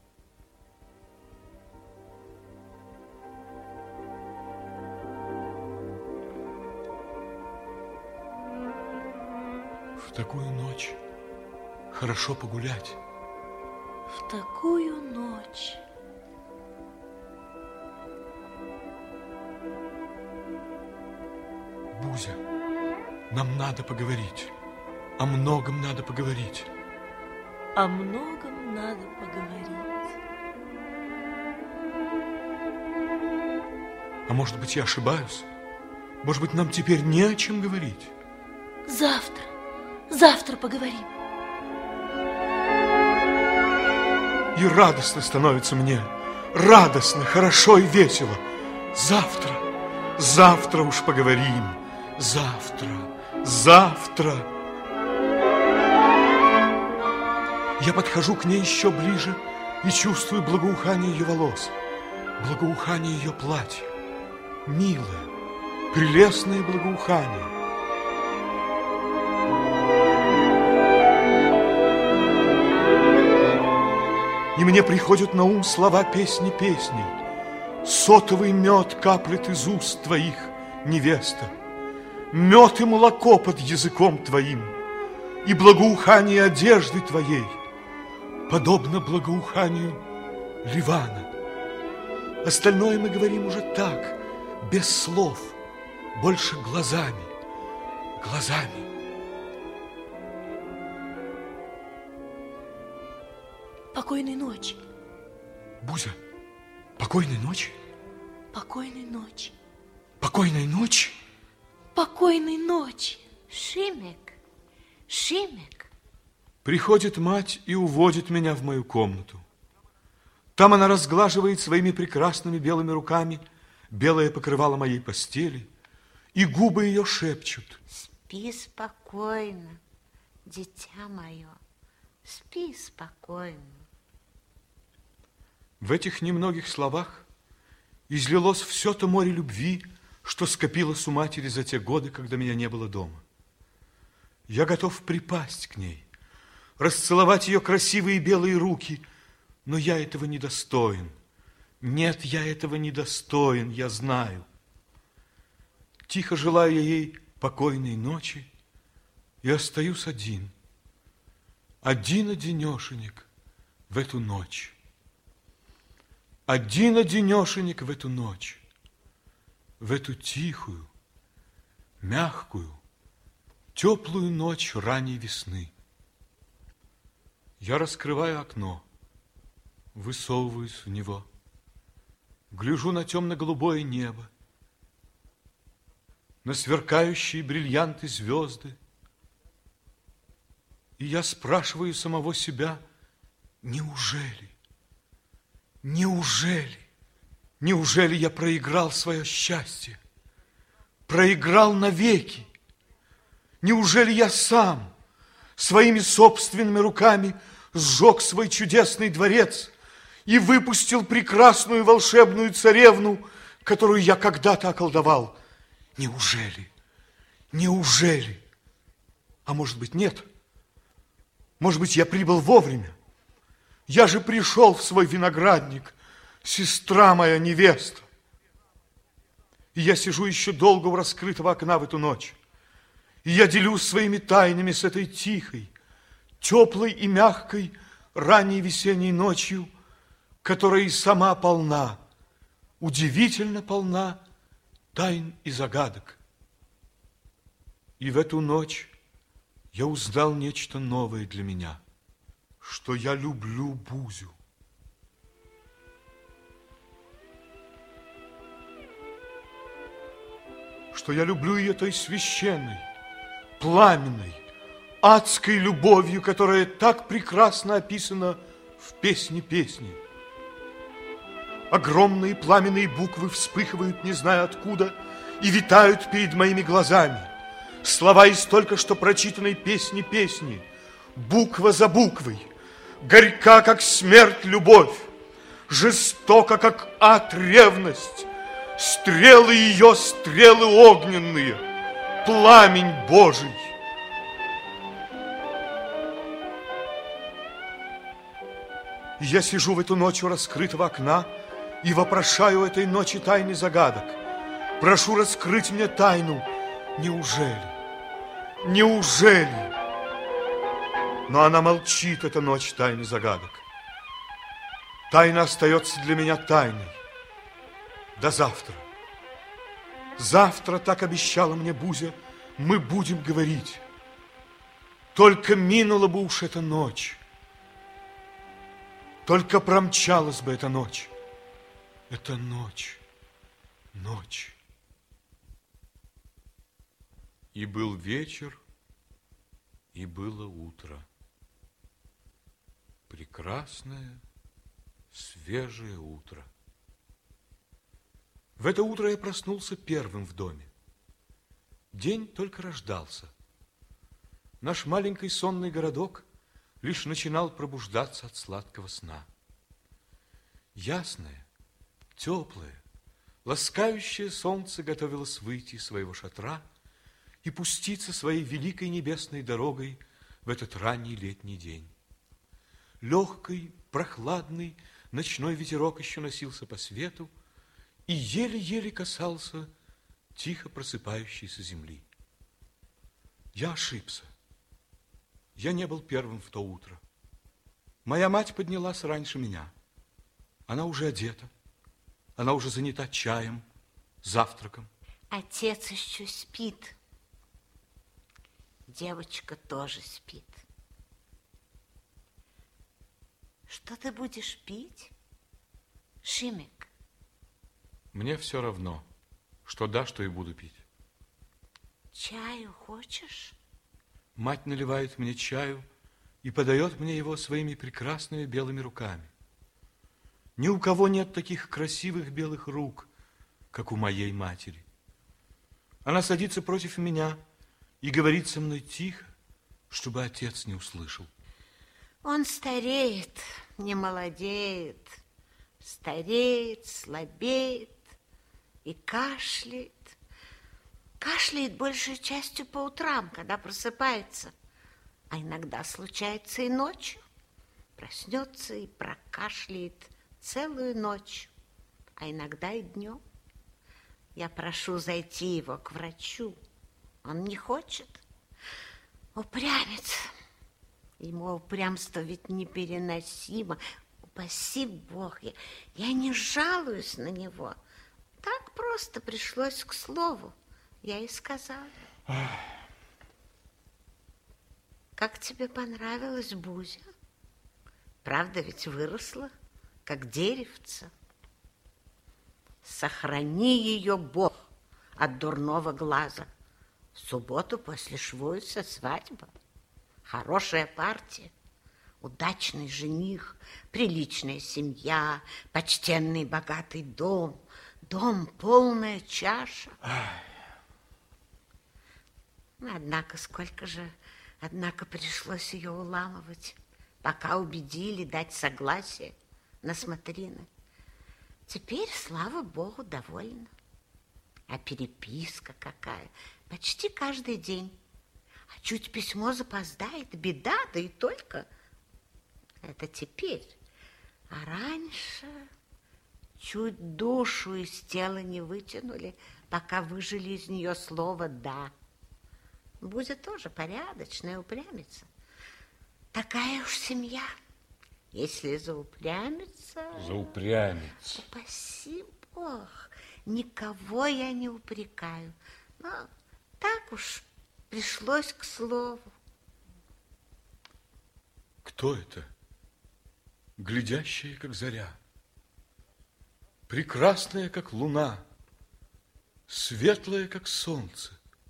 Speaker 1: В такую ночь хорошо погулять.
Speaker 3: В такую ночь.
Speaker 1: Бузя, нам надо поговорить. О многом надо поговорить.
Speaker 3: О многом надо поговорить.
Speaker 1: А может быть, я ошибаюсь? Может быть, нам теперь не о чем говорить?
Speaker 3: Завтра поговорим.
Speaker 1: И радостно становится мне. Радостно, хорошо и весело. Завтра уж поговорим. Завтра. Я подхожу к ней еще ближе и чувствую благоухание ее волос, благоухание ее платья. Милое, прелестное благоухание. И мне приходят на ум слова песни песней. Сотовый мед каплет из уст твоих, невеста. Мед и молоко под языком твоим. И благоухание одежды твоей подобно благоуханию Ливана. Остальное мы говорим уже так, без слов, больше глазами.
Speaker 3: Покойной ночи.
Speaker 1: Бузя, покойной ночи?
Speaker 3: Покойной ночи.
Speaker 1: Покойной ночи?
Speaker 3: Покойной ночи.
Speaker 5: Шимек.
Speaker 1: Приходит мать и уводит меня в мою комнату. Там она разглаживает своими прекрасными белыми руками белое покрывало моей постели, и губы ее шепчут.
Speaker 5: Спи спокойно, дитя мое, спи спокойно.
Speaker 1: В этих немногих словах излилось все то море любви, что скопилось у матери за те годы, когда меня не было дома. Я готов припасть к ней, расцеловать ее красивые белые руки, но я этого не достоин. Нет, я этого не достоин, я знаю. Тихо желаю ей покойной ночи и остаюсь один-одинешенек в эту ночь. Один-одинешенек в эту ночь, в эту тихую, мягкую, теплую ночь ранней весны. Я раскрываю окно, высовываюсь в него, гляжу на темно-голубое небо, на сверкающие бриллианты звезды, и я спрашиваю самого себя, неужели я проиграл свое счастье, проиграл навеки? Неужели я сам своими собственными руками сжег свой чудесный дворец и выпустил прекрасную волшебную царевну, которую я когда-то околдовал? Неужели? А может быть, нет? Может быть, я прибыл вовремя? Я же пришел в свой виноградник, сестра моя, невеста. И я сижу еще долго у раскрытого окна в эту ночь. И я делюсь своими тайнами с этой тихой, теплой и мягкой ранней весенней ночью, которая и сама полна, удивительно полна тайн и загадок. И в эту ночь я узнал нечто новое для меня, что я люблю Бузю. Что я люблю ее той священной, пламенной, адской любовью, которая так прекрасно описана в «Песне песни». Огромные пламенные буквы вспыхивают, не знаю откуда, и витают перед моими глазами. Слова из только что прочитанной «Песни песни», буква за буквой, горька, как смерть, любовь, жестока, как ад, ревность, стрелы ее, стрелы огненные, пламень Божий. Я сижу в эту ночь у раскрытого окна и вопрошаю этой ночи тайны загадок. Прошу раскрыть мне тайну. Неужели? Неужели? Но она молчит, эта ночь тайны загадок. Тайна остается для меня тайной. До завтра. Завтра, так обещала мне Бузя, мы будем говорить. Только минула бы уж эта ночь. Только промчалась бы эта ночь. Это ночь. Ночь. И был вечер, и было утро. Прекрасное, свежее утро. В это утро я проснулся первым в доме. День только рождался. Наш маленький сонный городок лишь начинал пробуждаться от сладкого сна. Ясное, теплое, ласкающее солнце готовилось выйти из своего шатра и пуститься своей великой небесной дорогой в этот ранний летний день. Легкий, прохладный ночной ветерок еще носился по свету и еле-еле касался тихо просыпающейся земли. Я ошибся. Я не был первым в то утро. Моя мать поднялась раньше меня. Она уже одета. Она уже занята чаем, завтраком.
Speaker 5: Отец еще спит. Девочка тоже спит. Что ты будешь пить, Шимик?
Speaker 1: Мне все равно, что да, что и буду пить.
Speaker 5: Чаю хочешь?
Speaker 1: Мать наливает мне чаю и подает мне его своими прекрасными белыми руками. Ни у кого нет таких красивых белых рук, как у моей матери. Она садится против меня и говорит со мной тихо, чтобы отец не услышал.
Speaker 5: Он стареет, не молодеет, стареет, слабеет и кашляет. Кашляет большей частью по утрам, когда просыпается, а иногда случается и ночью. Проснется и прокашляет целую ночь, а иногда и днем. Я прошу зайти его к врачу. Он не хочет. Упрямец. Ему упрямство ведь непереносимо. Упаси Бог, я не жалуюсь на него. Так просто пришлось к слову. Я и сказала. Как тебе понравилась Бузя? Правда ведь выросла, как деревце? Сохрани ее, Бог, от дурного глаза. В субботу после Швуйца свадьба. Хорошая партия, удачный жених, приличная семья, почтенный богатый дом, дом полная чаша. Однако пришлось ее уламывать, пока убедили дать согласие на смотрины. Теперь, слава Богу, довольна. А переписка какая, почти каждый день. А чуть письмо запоздает, беда, да и только. Это теперь. А раньше чуть душу из тела не вытянули, пока выжили из нее слово «да». Бузя тоже порядочная, упрямится. Такая уж семья. Если заупрямится...
Speaker 1: Заупрямится.
Speaker 5: Упаси Бог, никого я не упрекаю. Но так уж пришлось к слову.
Speaker 1: Кто это? Глядящая, как заря, прекрасная, как луна, светлая, как солнце.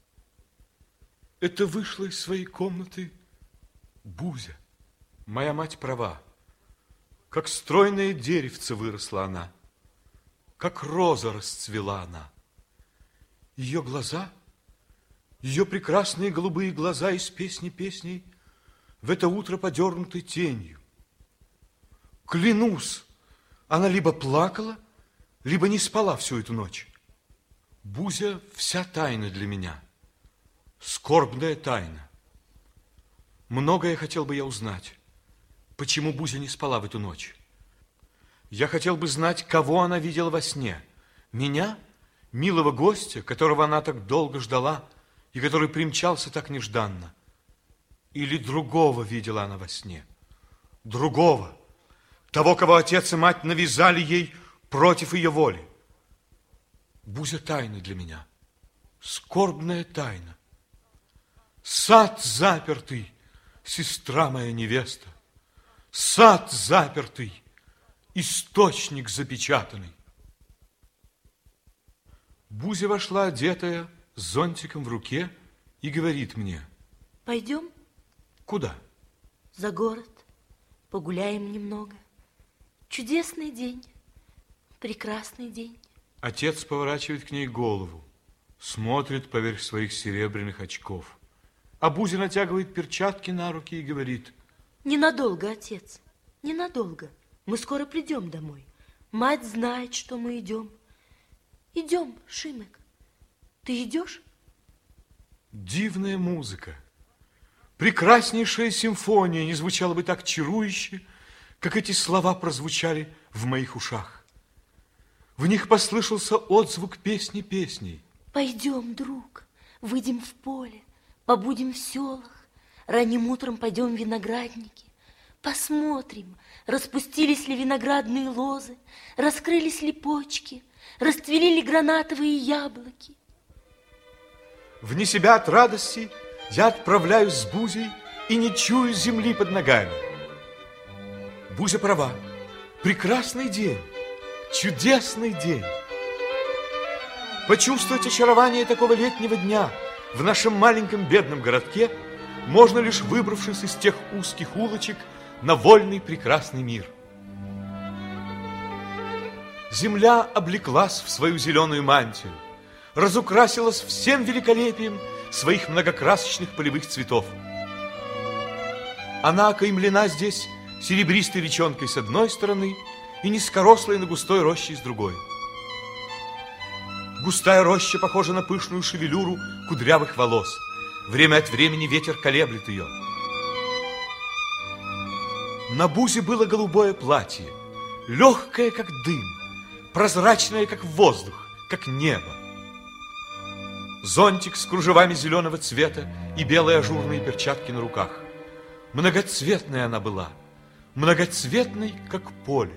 Speaker 1: Это вышла из своей комнаты Бузя. Моя мать права. Как стройное деревце выросла она, как роза расцвела она. Ее глаза, ее прекрасные голубые глаза из песни песней в это утро подернуты тенью. Клянусь, она либо плакала, либо не спала всю эту ночь. Бузя вся тайна для меня, скорбная тайна. Многое хотел бы я узнать, почему Бузя не спала в эту ночь. Я хотел бы знать, кого она видела во сне. Меня, милого гостя, которого она так долго ждала и который примчался так нежданно. Или другого видела она во сне. Другого, того, кого отец и мать навязали ей против ее воли. Бузя тайна для меня, скорбная тайна. Сад запертый, сестра моя невеста, сад запертый, источник запечатанный. Бузя вошла одетая, с зонтиком в руке, и говорит мне:
Speaker 3: пойдем?
Speaker 1: Куда?
Speaker 3: За город. Погуляем немного. Чудесный день, прекрасный день.
Speaker 1: Отец поворачивает к ней голову, смотрит поверх своих серебряных очков. А Бузя натягивает перчатки на руки и говорит:
Speaker 3: ненадолго, отец, ненадолго. Мы скоро придем домой. Мать знает, что мы идем. Идем, Шимек. Ты идешь?
Speaker 1: Дивная музыка, прекраснейшая симфония не звучала бы так чарующе, как эти слова прозвучали в моих ушах. В них послышался отзвук песни песней.
Speaker 3: Пойдем, друг, выйдем в поле, побудем в селах, ранним утром пойдем в виноградники, посмотрим, распустились ли виноградные лозы, раскрылись ли почки, расцвели ли гранатовые яблоки.
Speaker 1: Вне себя от радости я отправляюсь с Бузей и не чую земли под ногами. Бузя права. Прекрасный день, чудесный день. Почувствовать очарование такого летнего дня в нашем маленьком бедном городке можно лишь выбравшись из тех узких улочек на вольный прекрасный мир. Земля облеклась в свою зеленую мантию, разукрасилась всем великолепием своих многокрасочных полевых цветов. Она окаймлена здесь серебристой речонкой с одной стороны и низкорослой на густой роще с другой. Густая роща похожа на пышную шевелюру кудрявых волос. Время от времени ветер колеблет ее. На Бузе было голубое платье, легкое, как дым, прозрачное, как воздух, как небо. Зонтик с кружевами зеленого цвета и белые ажурные перчатки на руках. Многоцветная она была, многоцветной, как поле.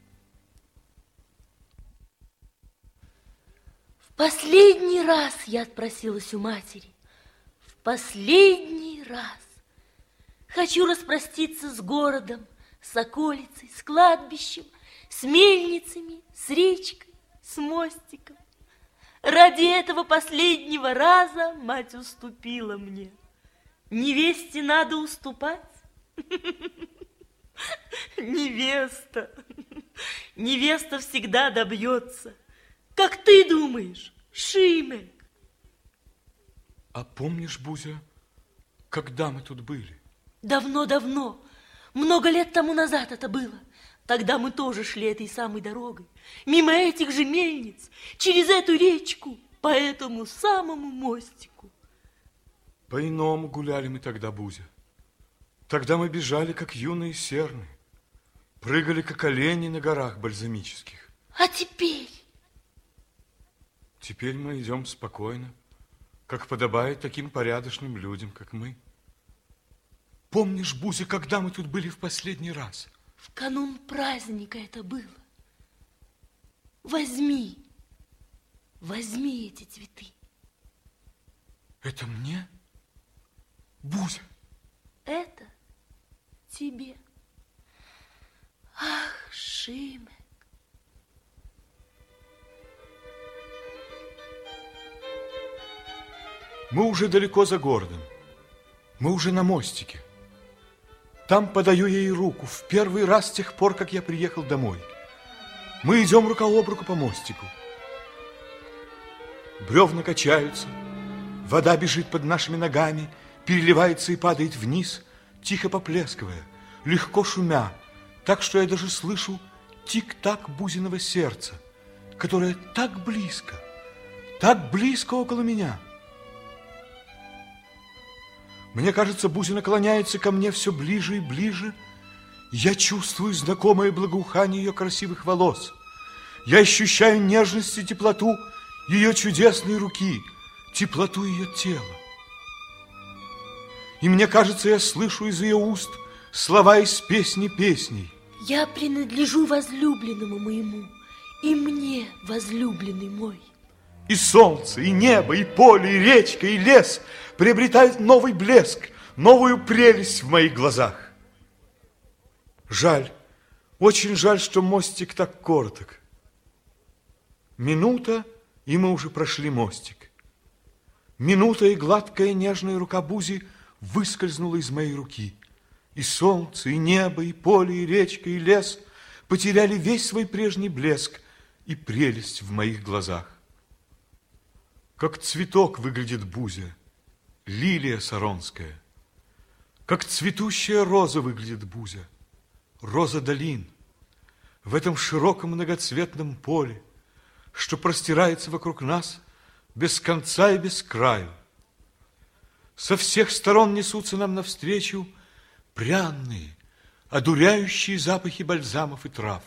Speaker 3: В последний раз я отпросилась у матери. В последний раз. Хочу распроститься с городом, с околицей, с кладбищем, с мельницами, с речкой, с мостиком. Ради этого последнего раза мать уступила мне. Невесте надо уступать? Невеста. Невеста всегда добьется. Как ты думаешь, Шимек?
Speaker 1: А помнишь, Бузя, когда мы тут были?
Speaker 3: Давно-давно, много лет тому назад это было. Тогда мы тоже шли этой самой дорогой, мимо этих же мельниц, через эту речку, по этому самому мостику.
Speaker 1: По-иному гуляли мы тогда, Бузя. Тогда мы бежали, как юные серны, прыгали, как олени на горах бальзамических.
Speaker 3: А теперь?
Speaker 1: Теперь мы идем спокойно, как подобает таким порядочным людям, как мы. Помнишь, Бузя, когда мы тут были в последний раз?
Speaker 3: В канун праздника это было. Возьми, возьми эти цветы.
Speaker 1: Это мне? Бузя.
Speaker 3: Это тебе. Ах, Шимек.
Speaker 1: Мы уже далеко за городом. Мы уже на мостике. Там подаю ей руку в первый раз с тех пор, как я приехал домой. Мы идем рука об руку по мостику. Бревна качаются, вода бежит под нашими ногами, переливается и падает вниз, тихо поплескивая, легко шумя, так что я даже слышу тик-так Бузиного сердца, которое так близко около меня. Мне кажется, Бузя наклоняется ко мне все ближе и ближе. Я чувствую знакомое благоухание ее красивых волос. Я ощущаю нежность и теплоту ее чудесной руки, теплоту ее тела. И мне кажется, я слышу из ее уст слова из песни песней.
Speaker 3: Я принадлежу возлюбленному моему, и мне, возлюбленный мой.
Speaker 1: И солнце, и небо, и поле, и речка, и лес приобретают новый блеск, новую прелесть в моих глазах. Жаль, очень жаль, что мостик так короток. Минута, и мы уже прошли мостик. Минута, и гладкая нежная рука Бузи выскользнула из моей руки. И солнце, и небо, и поле, и речка, и лес потеряли весь свой прежний блеск и прелесть в моих глазах. Как цветок выглядит Бузя, лилия саронская. Как цветущая роза выглядит Бузя, роза долин. В этом широком многоцветном поле, что простирается вокруг нас без конца и без краю. Со всех сторон несутся нам навстречу пряные, одуряющие запахи бальзамов и трав.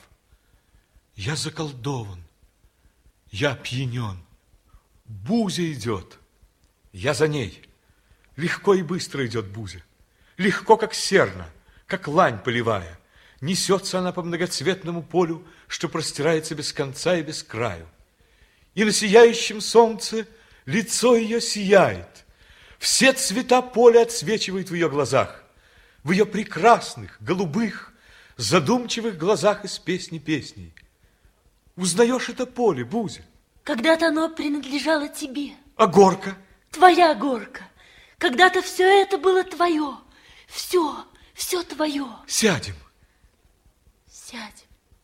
Speaker 1: Я заколдован, я опьянен. Бузя идет, я за ней. Легко и быстро идет Бузя. Легко, как серна, как лань полевая. Несется она по многоцветному полю, что простирается без конца и без краю. И на сияющем солнце лицо ее сияет. Все цвета поля отсвечивают в ее глазах. В ее прекрасных, голубых, задумчивых глазах из песни песней. Узнаешь это поле, Бузя?
Speaker 3: Когда-то оно принадлежало тебе.
Speaker 1: А горка?
Speaker 3: Твоя горка. Когда-то все это было твое. Все твое.
Speaker 1: Сядем.
Speaker 3: Сядем.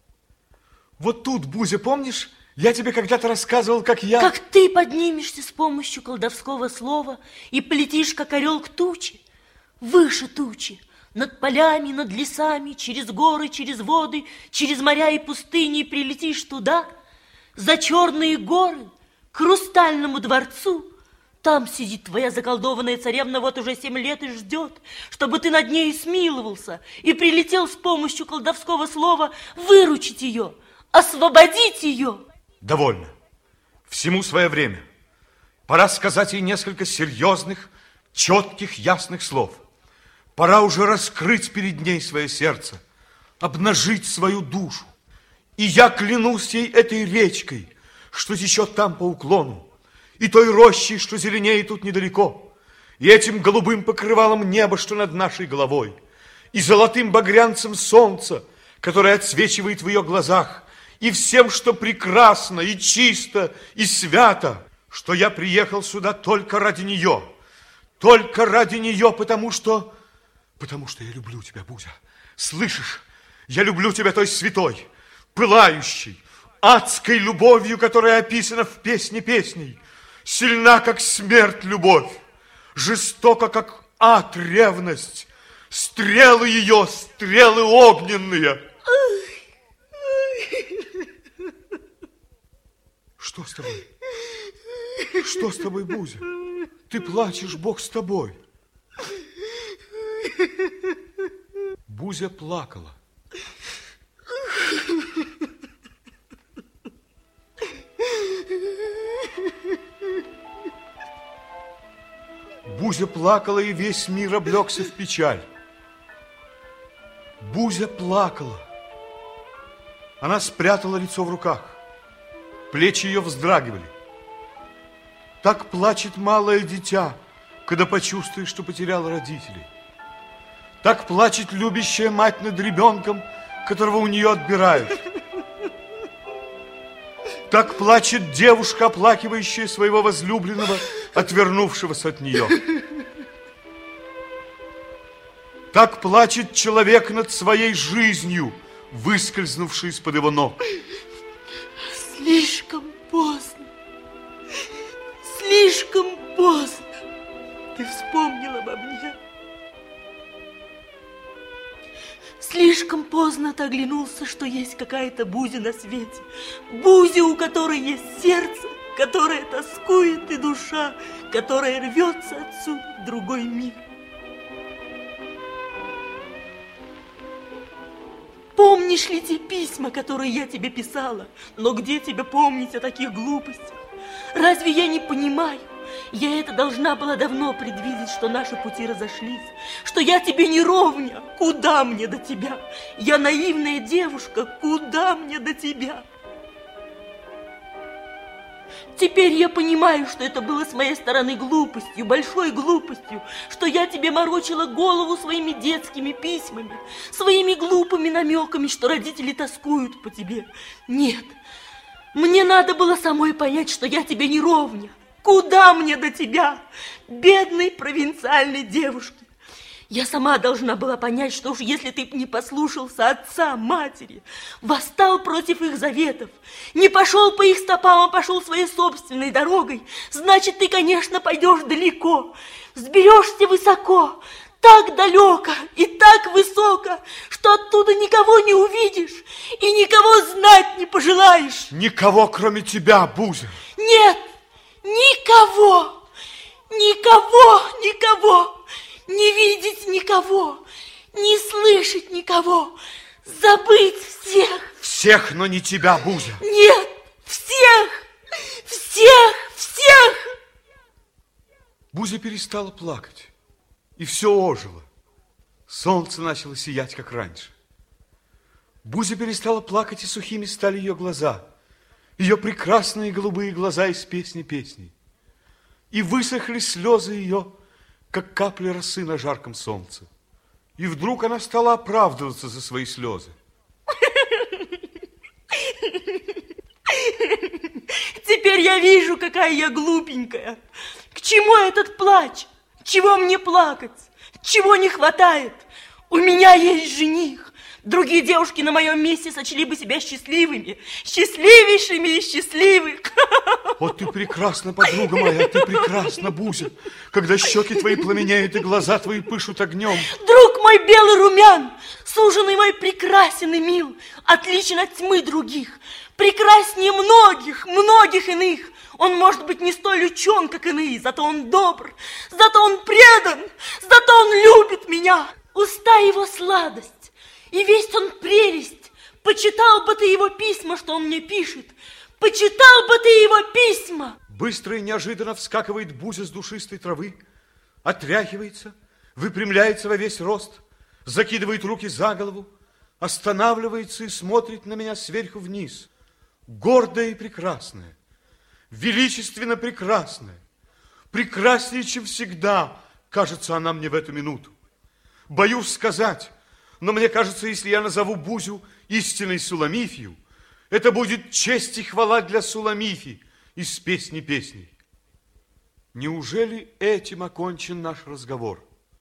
Speaker 1: Вот тут, Бузя, помнишь, я тебе когда-то рассказывал, как я...
Speaker 3: Как ты поднимешься с помощью колдовского слова и полетишь, как орел, к туче, выше тучи, над полями, над лесами, через горы, через воды, через моря и пустыни, и прилетишь туда, за черные горы, к хрустальному дворцу. Там сидит твоя заколдованная царевна вот уже 7 лет и ждет, чтобы ты над ней смиловался и прилетел с помощью колдовского слова выручить ее, освободить ее.
Speaker 1: Довольно. Всему свое время. Пора сказать ей несколько серьезных, четких, ясных слов. Пора уже раскрыть перед ней свое сердце, обнажить свою душу. И я клянусь ей этой речкой, что течет там по уклону, и той рощей, что зеленеет тут недалеко, и этим голубым покрывалом неба, что над нашей головой, и золотым багрянцем солнца, которое отсвечивает в ее глазах, и всем, что прекрасно, и чисто, и свято, что я приехал сюда только ради нее, потому что я люблю тебя, Бузя. Слышишь? Я люблю тебя той святой, пылающей, адской любовью, которая описана в песне песней. Сильна, как смерть, любовь, жестока, как ад, ревность. Стрелы ее, стрелы огненные. Что с тобой? Что с тобой, Бузя? Ты плачешь, Бог с тобой. Бузя плакала. Бузя плакала, и весь мир облегся в печаль. Бузя плакала. Она спрятала лицо в руках. Плечи ее вздрагивали. Так плачет малое дитя, когда почувствует, что потерял родителей. Так плачет любящая мать над ребенком, которого у нее отбирают. Так плачет девушка, оплакивающая своего возлюбленного, отвернувшегося от нее. Так плачет человек над своей жизнью, выскользнувший из-под его ног.
Speaker 3: Слишком поздно. Слишком поздно. Ты вспомнил обо мне. Слишком поздно ты оглянулся, что есть какая-то Бузя на свете. Бузя, у которой есть сердце, которая тоскует, и душа, которая рвется отсюда в другой мир. Помнишь ли те письма, которые я тебе писала? Но где тебе помнить о таких глупостях? Разве я не понимаю? Я это должна была давно предвидеть, что наши пути разошлись, что я тебе не ровня. Куда мне до тебя? Я наивная девушка, куда мне до тебя? Теперь я понимаю, что это было с моей стороны глупостью, большой глупостью, что я тебе морочила голову своими детскими письмами, своими глупыми намеками, что родители тоскуют по тебе. Нет, мне надо было самой понять, что я тебе не ровня. Куда мне до тебя, бедной провинциальной девушки? Я сама должна была понять, что уж если ты не послушался отца, матери, восстал против их заветов, не пошел по их стопам, а пошел своей собственной дорогой, значит, ты, конечно, пойдешь далеко, взберешься высоко, так далеко и так высоко, что оттуда никого не увидишь и никого знать не пожелаешь.
Speaker 1: Никого, кроме тебя, Бузя.
Speaker 3: Нет, никого, никого, никого. Не видеть никого, не слышать никого, забыть всех.
Speaker 1: Всех, но не тебя, Бузя.
Speaker 3: Нет, всех, всех, всех.
Speaker 1: Бузя перестала плакать, и все ожило. Солнце начало сиять, как раньше. Бузя перестала плакать, и сухими стали ее глаза, ее прекрасные голубые глаза из песни песней. И высохли слезы ее, как капли росы на жарком солнце. И вдруг она стала оправдываться за свои слезы.
Speaker 3: Теперь я вижу, какая я глупенькая. К чему этот плач? Чего мне плакать? Чего не хватает? У меня есть жених. Другие девушки на моем месте сочли бы себя счастливыми. Счастливейшими из счастливых.
Speaker 1: Вот ты прекрасна, подруга моя, ты прекрасна, Бузя, когда щеки твои пламенеют и глаза твои пышут огнем.
Speaker 3: Друг мой белый румян, суженый мой прекрасен и мил, отличен от тьмы других, прекраснее многих, многих иных. Он может быть не столь учен, как иные, зато он добр, зато он предан, зато он любит меня. Уста его сладость, и весь он прелесть. Почитал бы ты его письма, что он мне пишет. Почитал бы ты его письма.
Speaker 1: Быстро и неожиданно вскакивает Бузя с душистой травы, отряхивается, выпрямляется во весь рост, закидывает руки за голову, останавливается и смотрит на меня сверху вниз. Гордая и прекрасная, величественно прекрасная, прекраснее, чем всегда, кажется она мне в эту минуту. Боюсь сказать, но мне кажется, если я назову Бузю истинной Суламифью, это будет честь и хвала для Суламифи из песни песней. Неужели этим окончен наш разговор?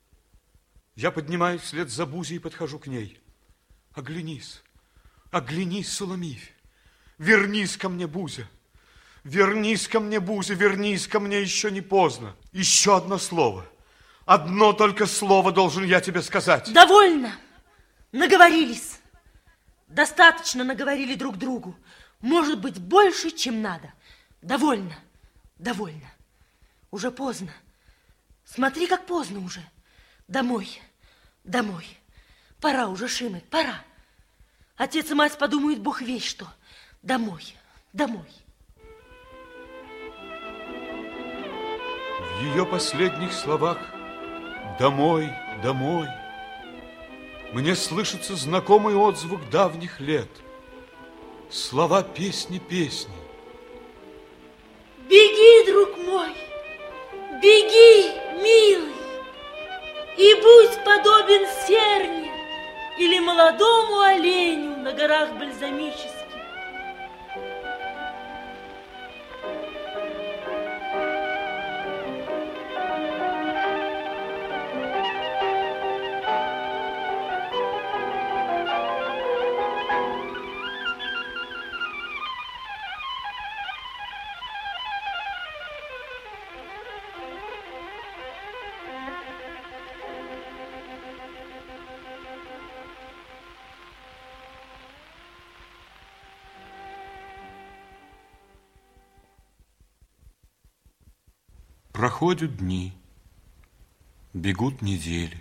Speaker 1: Я поднимаюсь вслед за Бузей и подхожу к ней. Оглянись, оглянись, Суламифь. Вернись ко мне, Бузя. Вернись ко мне, Бузя, вернись ко мне, еще не поздно. Еще одно слово. Одно только слово должен я тебе сказать.
Speaker 3: Довольно. Наговорились. Достаточно наговорили друг другу. Может быть, больше, чем надо. Довольно, довольно. Уже поздно. Смотри, как поздно уже. Домой, домой. Пора уже, Шимек, пора. Отец и мать подумают, бог весть что. Домой, домой.
Speaker 1: В ее последних словах «домой, домой» мне слышится знакомый отзвук давних лет. Слова песни песни.
Speaker 3: Беги, друг мой, беги, милый. И будь подобен серне или молодому оленю на горах Бальзамических.
Speaker 1: Проходят дни, бегут недели.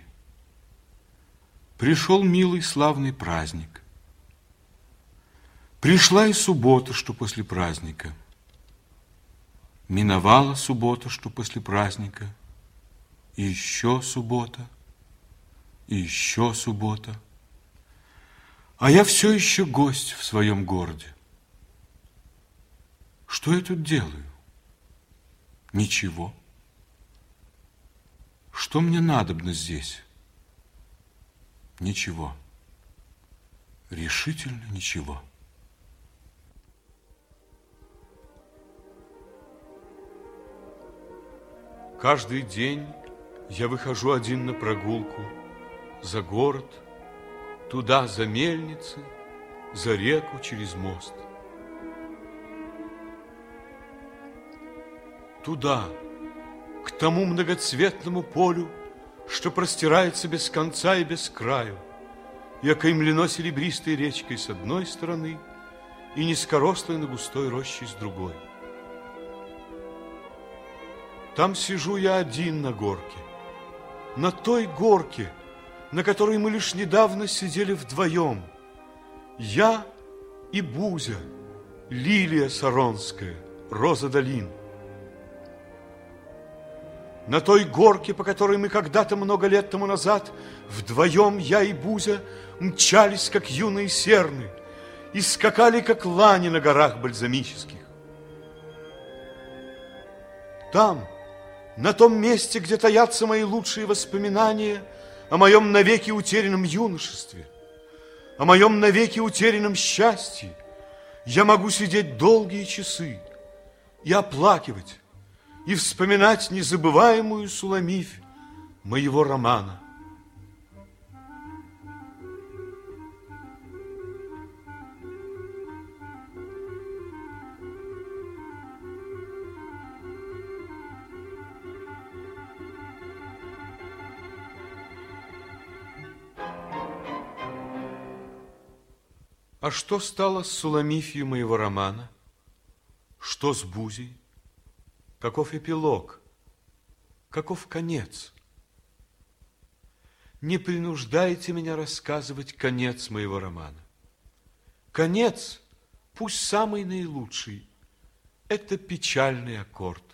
Speaker 1: Пришел милый славный праздник. Пришла и суббота, что после праздника. Миновала суббота, что после праздника. И еще суббота, и еще суббота. А я все еще гость в своем городе. Что я тут делаю? Ничего. Что мне надобно здесь? Ничего. Решительно ничего. Каждый день я выхожу один на прогулку за город, туда за мельницы, за реку через мост. Туда, к тому многоцветному полю, что простирается без конца и без краю, и окаймлено серебристой речкой с одной стороны и низкорослой на густой рощей с другой. Там сижу я один на горке, на той горке, на которой мы лишь недавно сидели вдвоем. Я и Бузя, лилия саронская, роза долин. На той горке, по которой мы когда-то много лет тому назад вдвоем, я и Бузя, мчались, как юные серны, и скакали, как лани на горах Бальзамических. Там, на том месте, где таятся мои лучшие воспоминания о моем навеки утерянном юношестве, о моем навеки утерянном счастье, я могу сидеть долгие часы и оплакивать, и вспоминать незабываемую Суламифь моего романа. А что стало с Суламифью моего романа? Что с Бузей? Каков эпилог? Каков конец? Не принуждайте меня рассказывать конец моего романа. Конец, пусть самый наилучший, это печальный аккорд.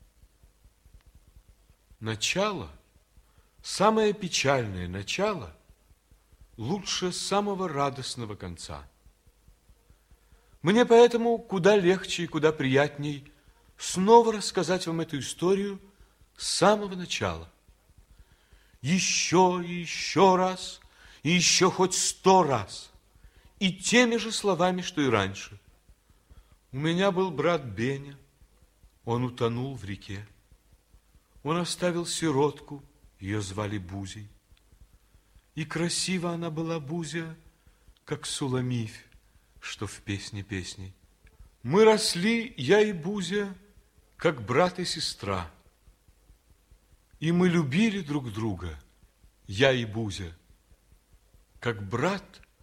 Speaker 1: Начало, самое печальное начало, лучше самого радостного конца. Мне поэтому куда легче и куда приятней снова рассказать вам эту историю с самого начала. Еще и еще раз, и еще хоть 100 раз, и теми же словами, что и раньше. У меня был брат Беня, он утонул в реке. Он оставил сиротку, ее звали Бузей. И красива она была, Бузя, как Суламифь, что в песне песней. Мы росли, я и Бузя, как брат и сестра. И мы любили друг друга, я и Бузя, как брат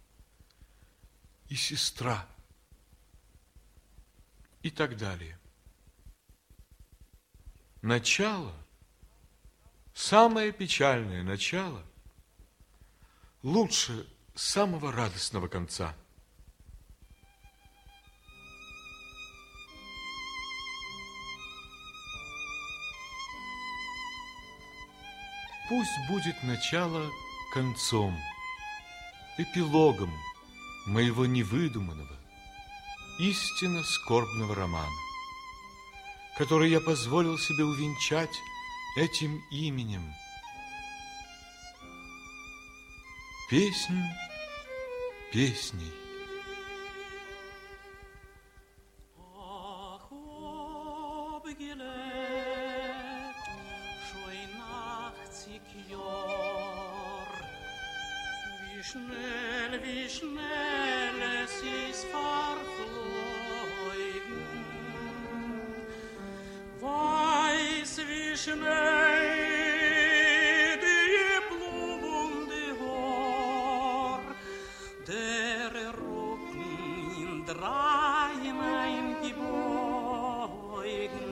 Speaker 1: и сестра. И так далее. Начало, самое печальное начало, лучше самого радостного конца. Пусть будет начало концом, эпилогом моего невыдуманного, истинно скорбного романа, который я позволил себе увенчать этим именем, Песнь песней.
Speaker 2: Wie schnell es ist verflogen, weiß wie schnell die Blumen die Haar, der Rücken in dreien eingebeugen.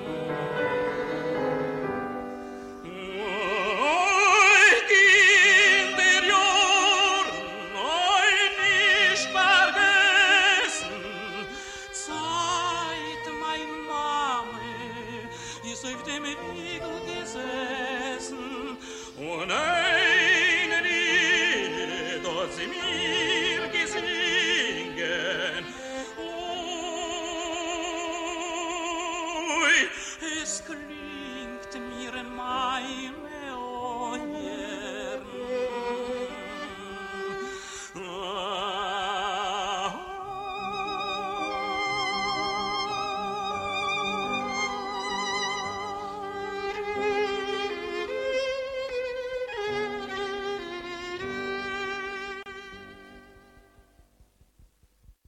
Speaker 2: Auf dem Riegel gesessen und ein Lied hat sie mir gesingen. Ui, es klingt mir in meinem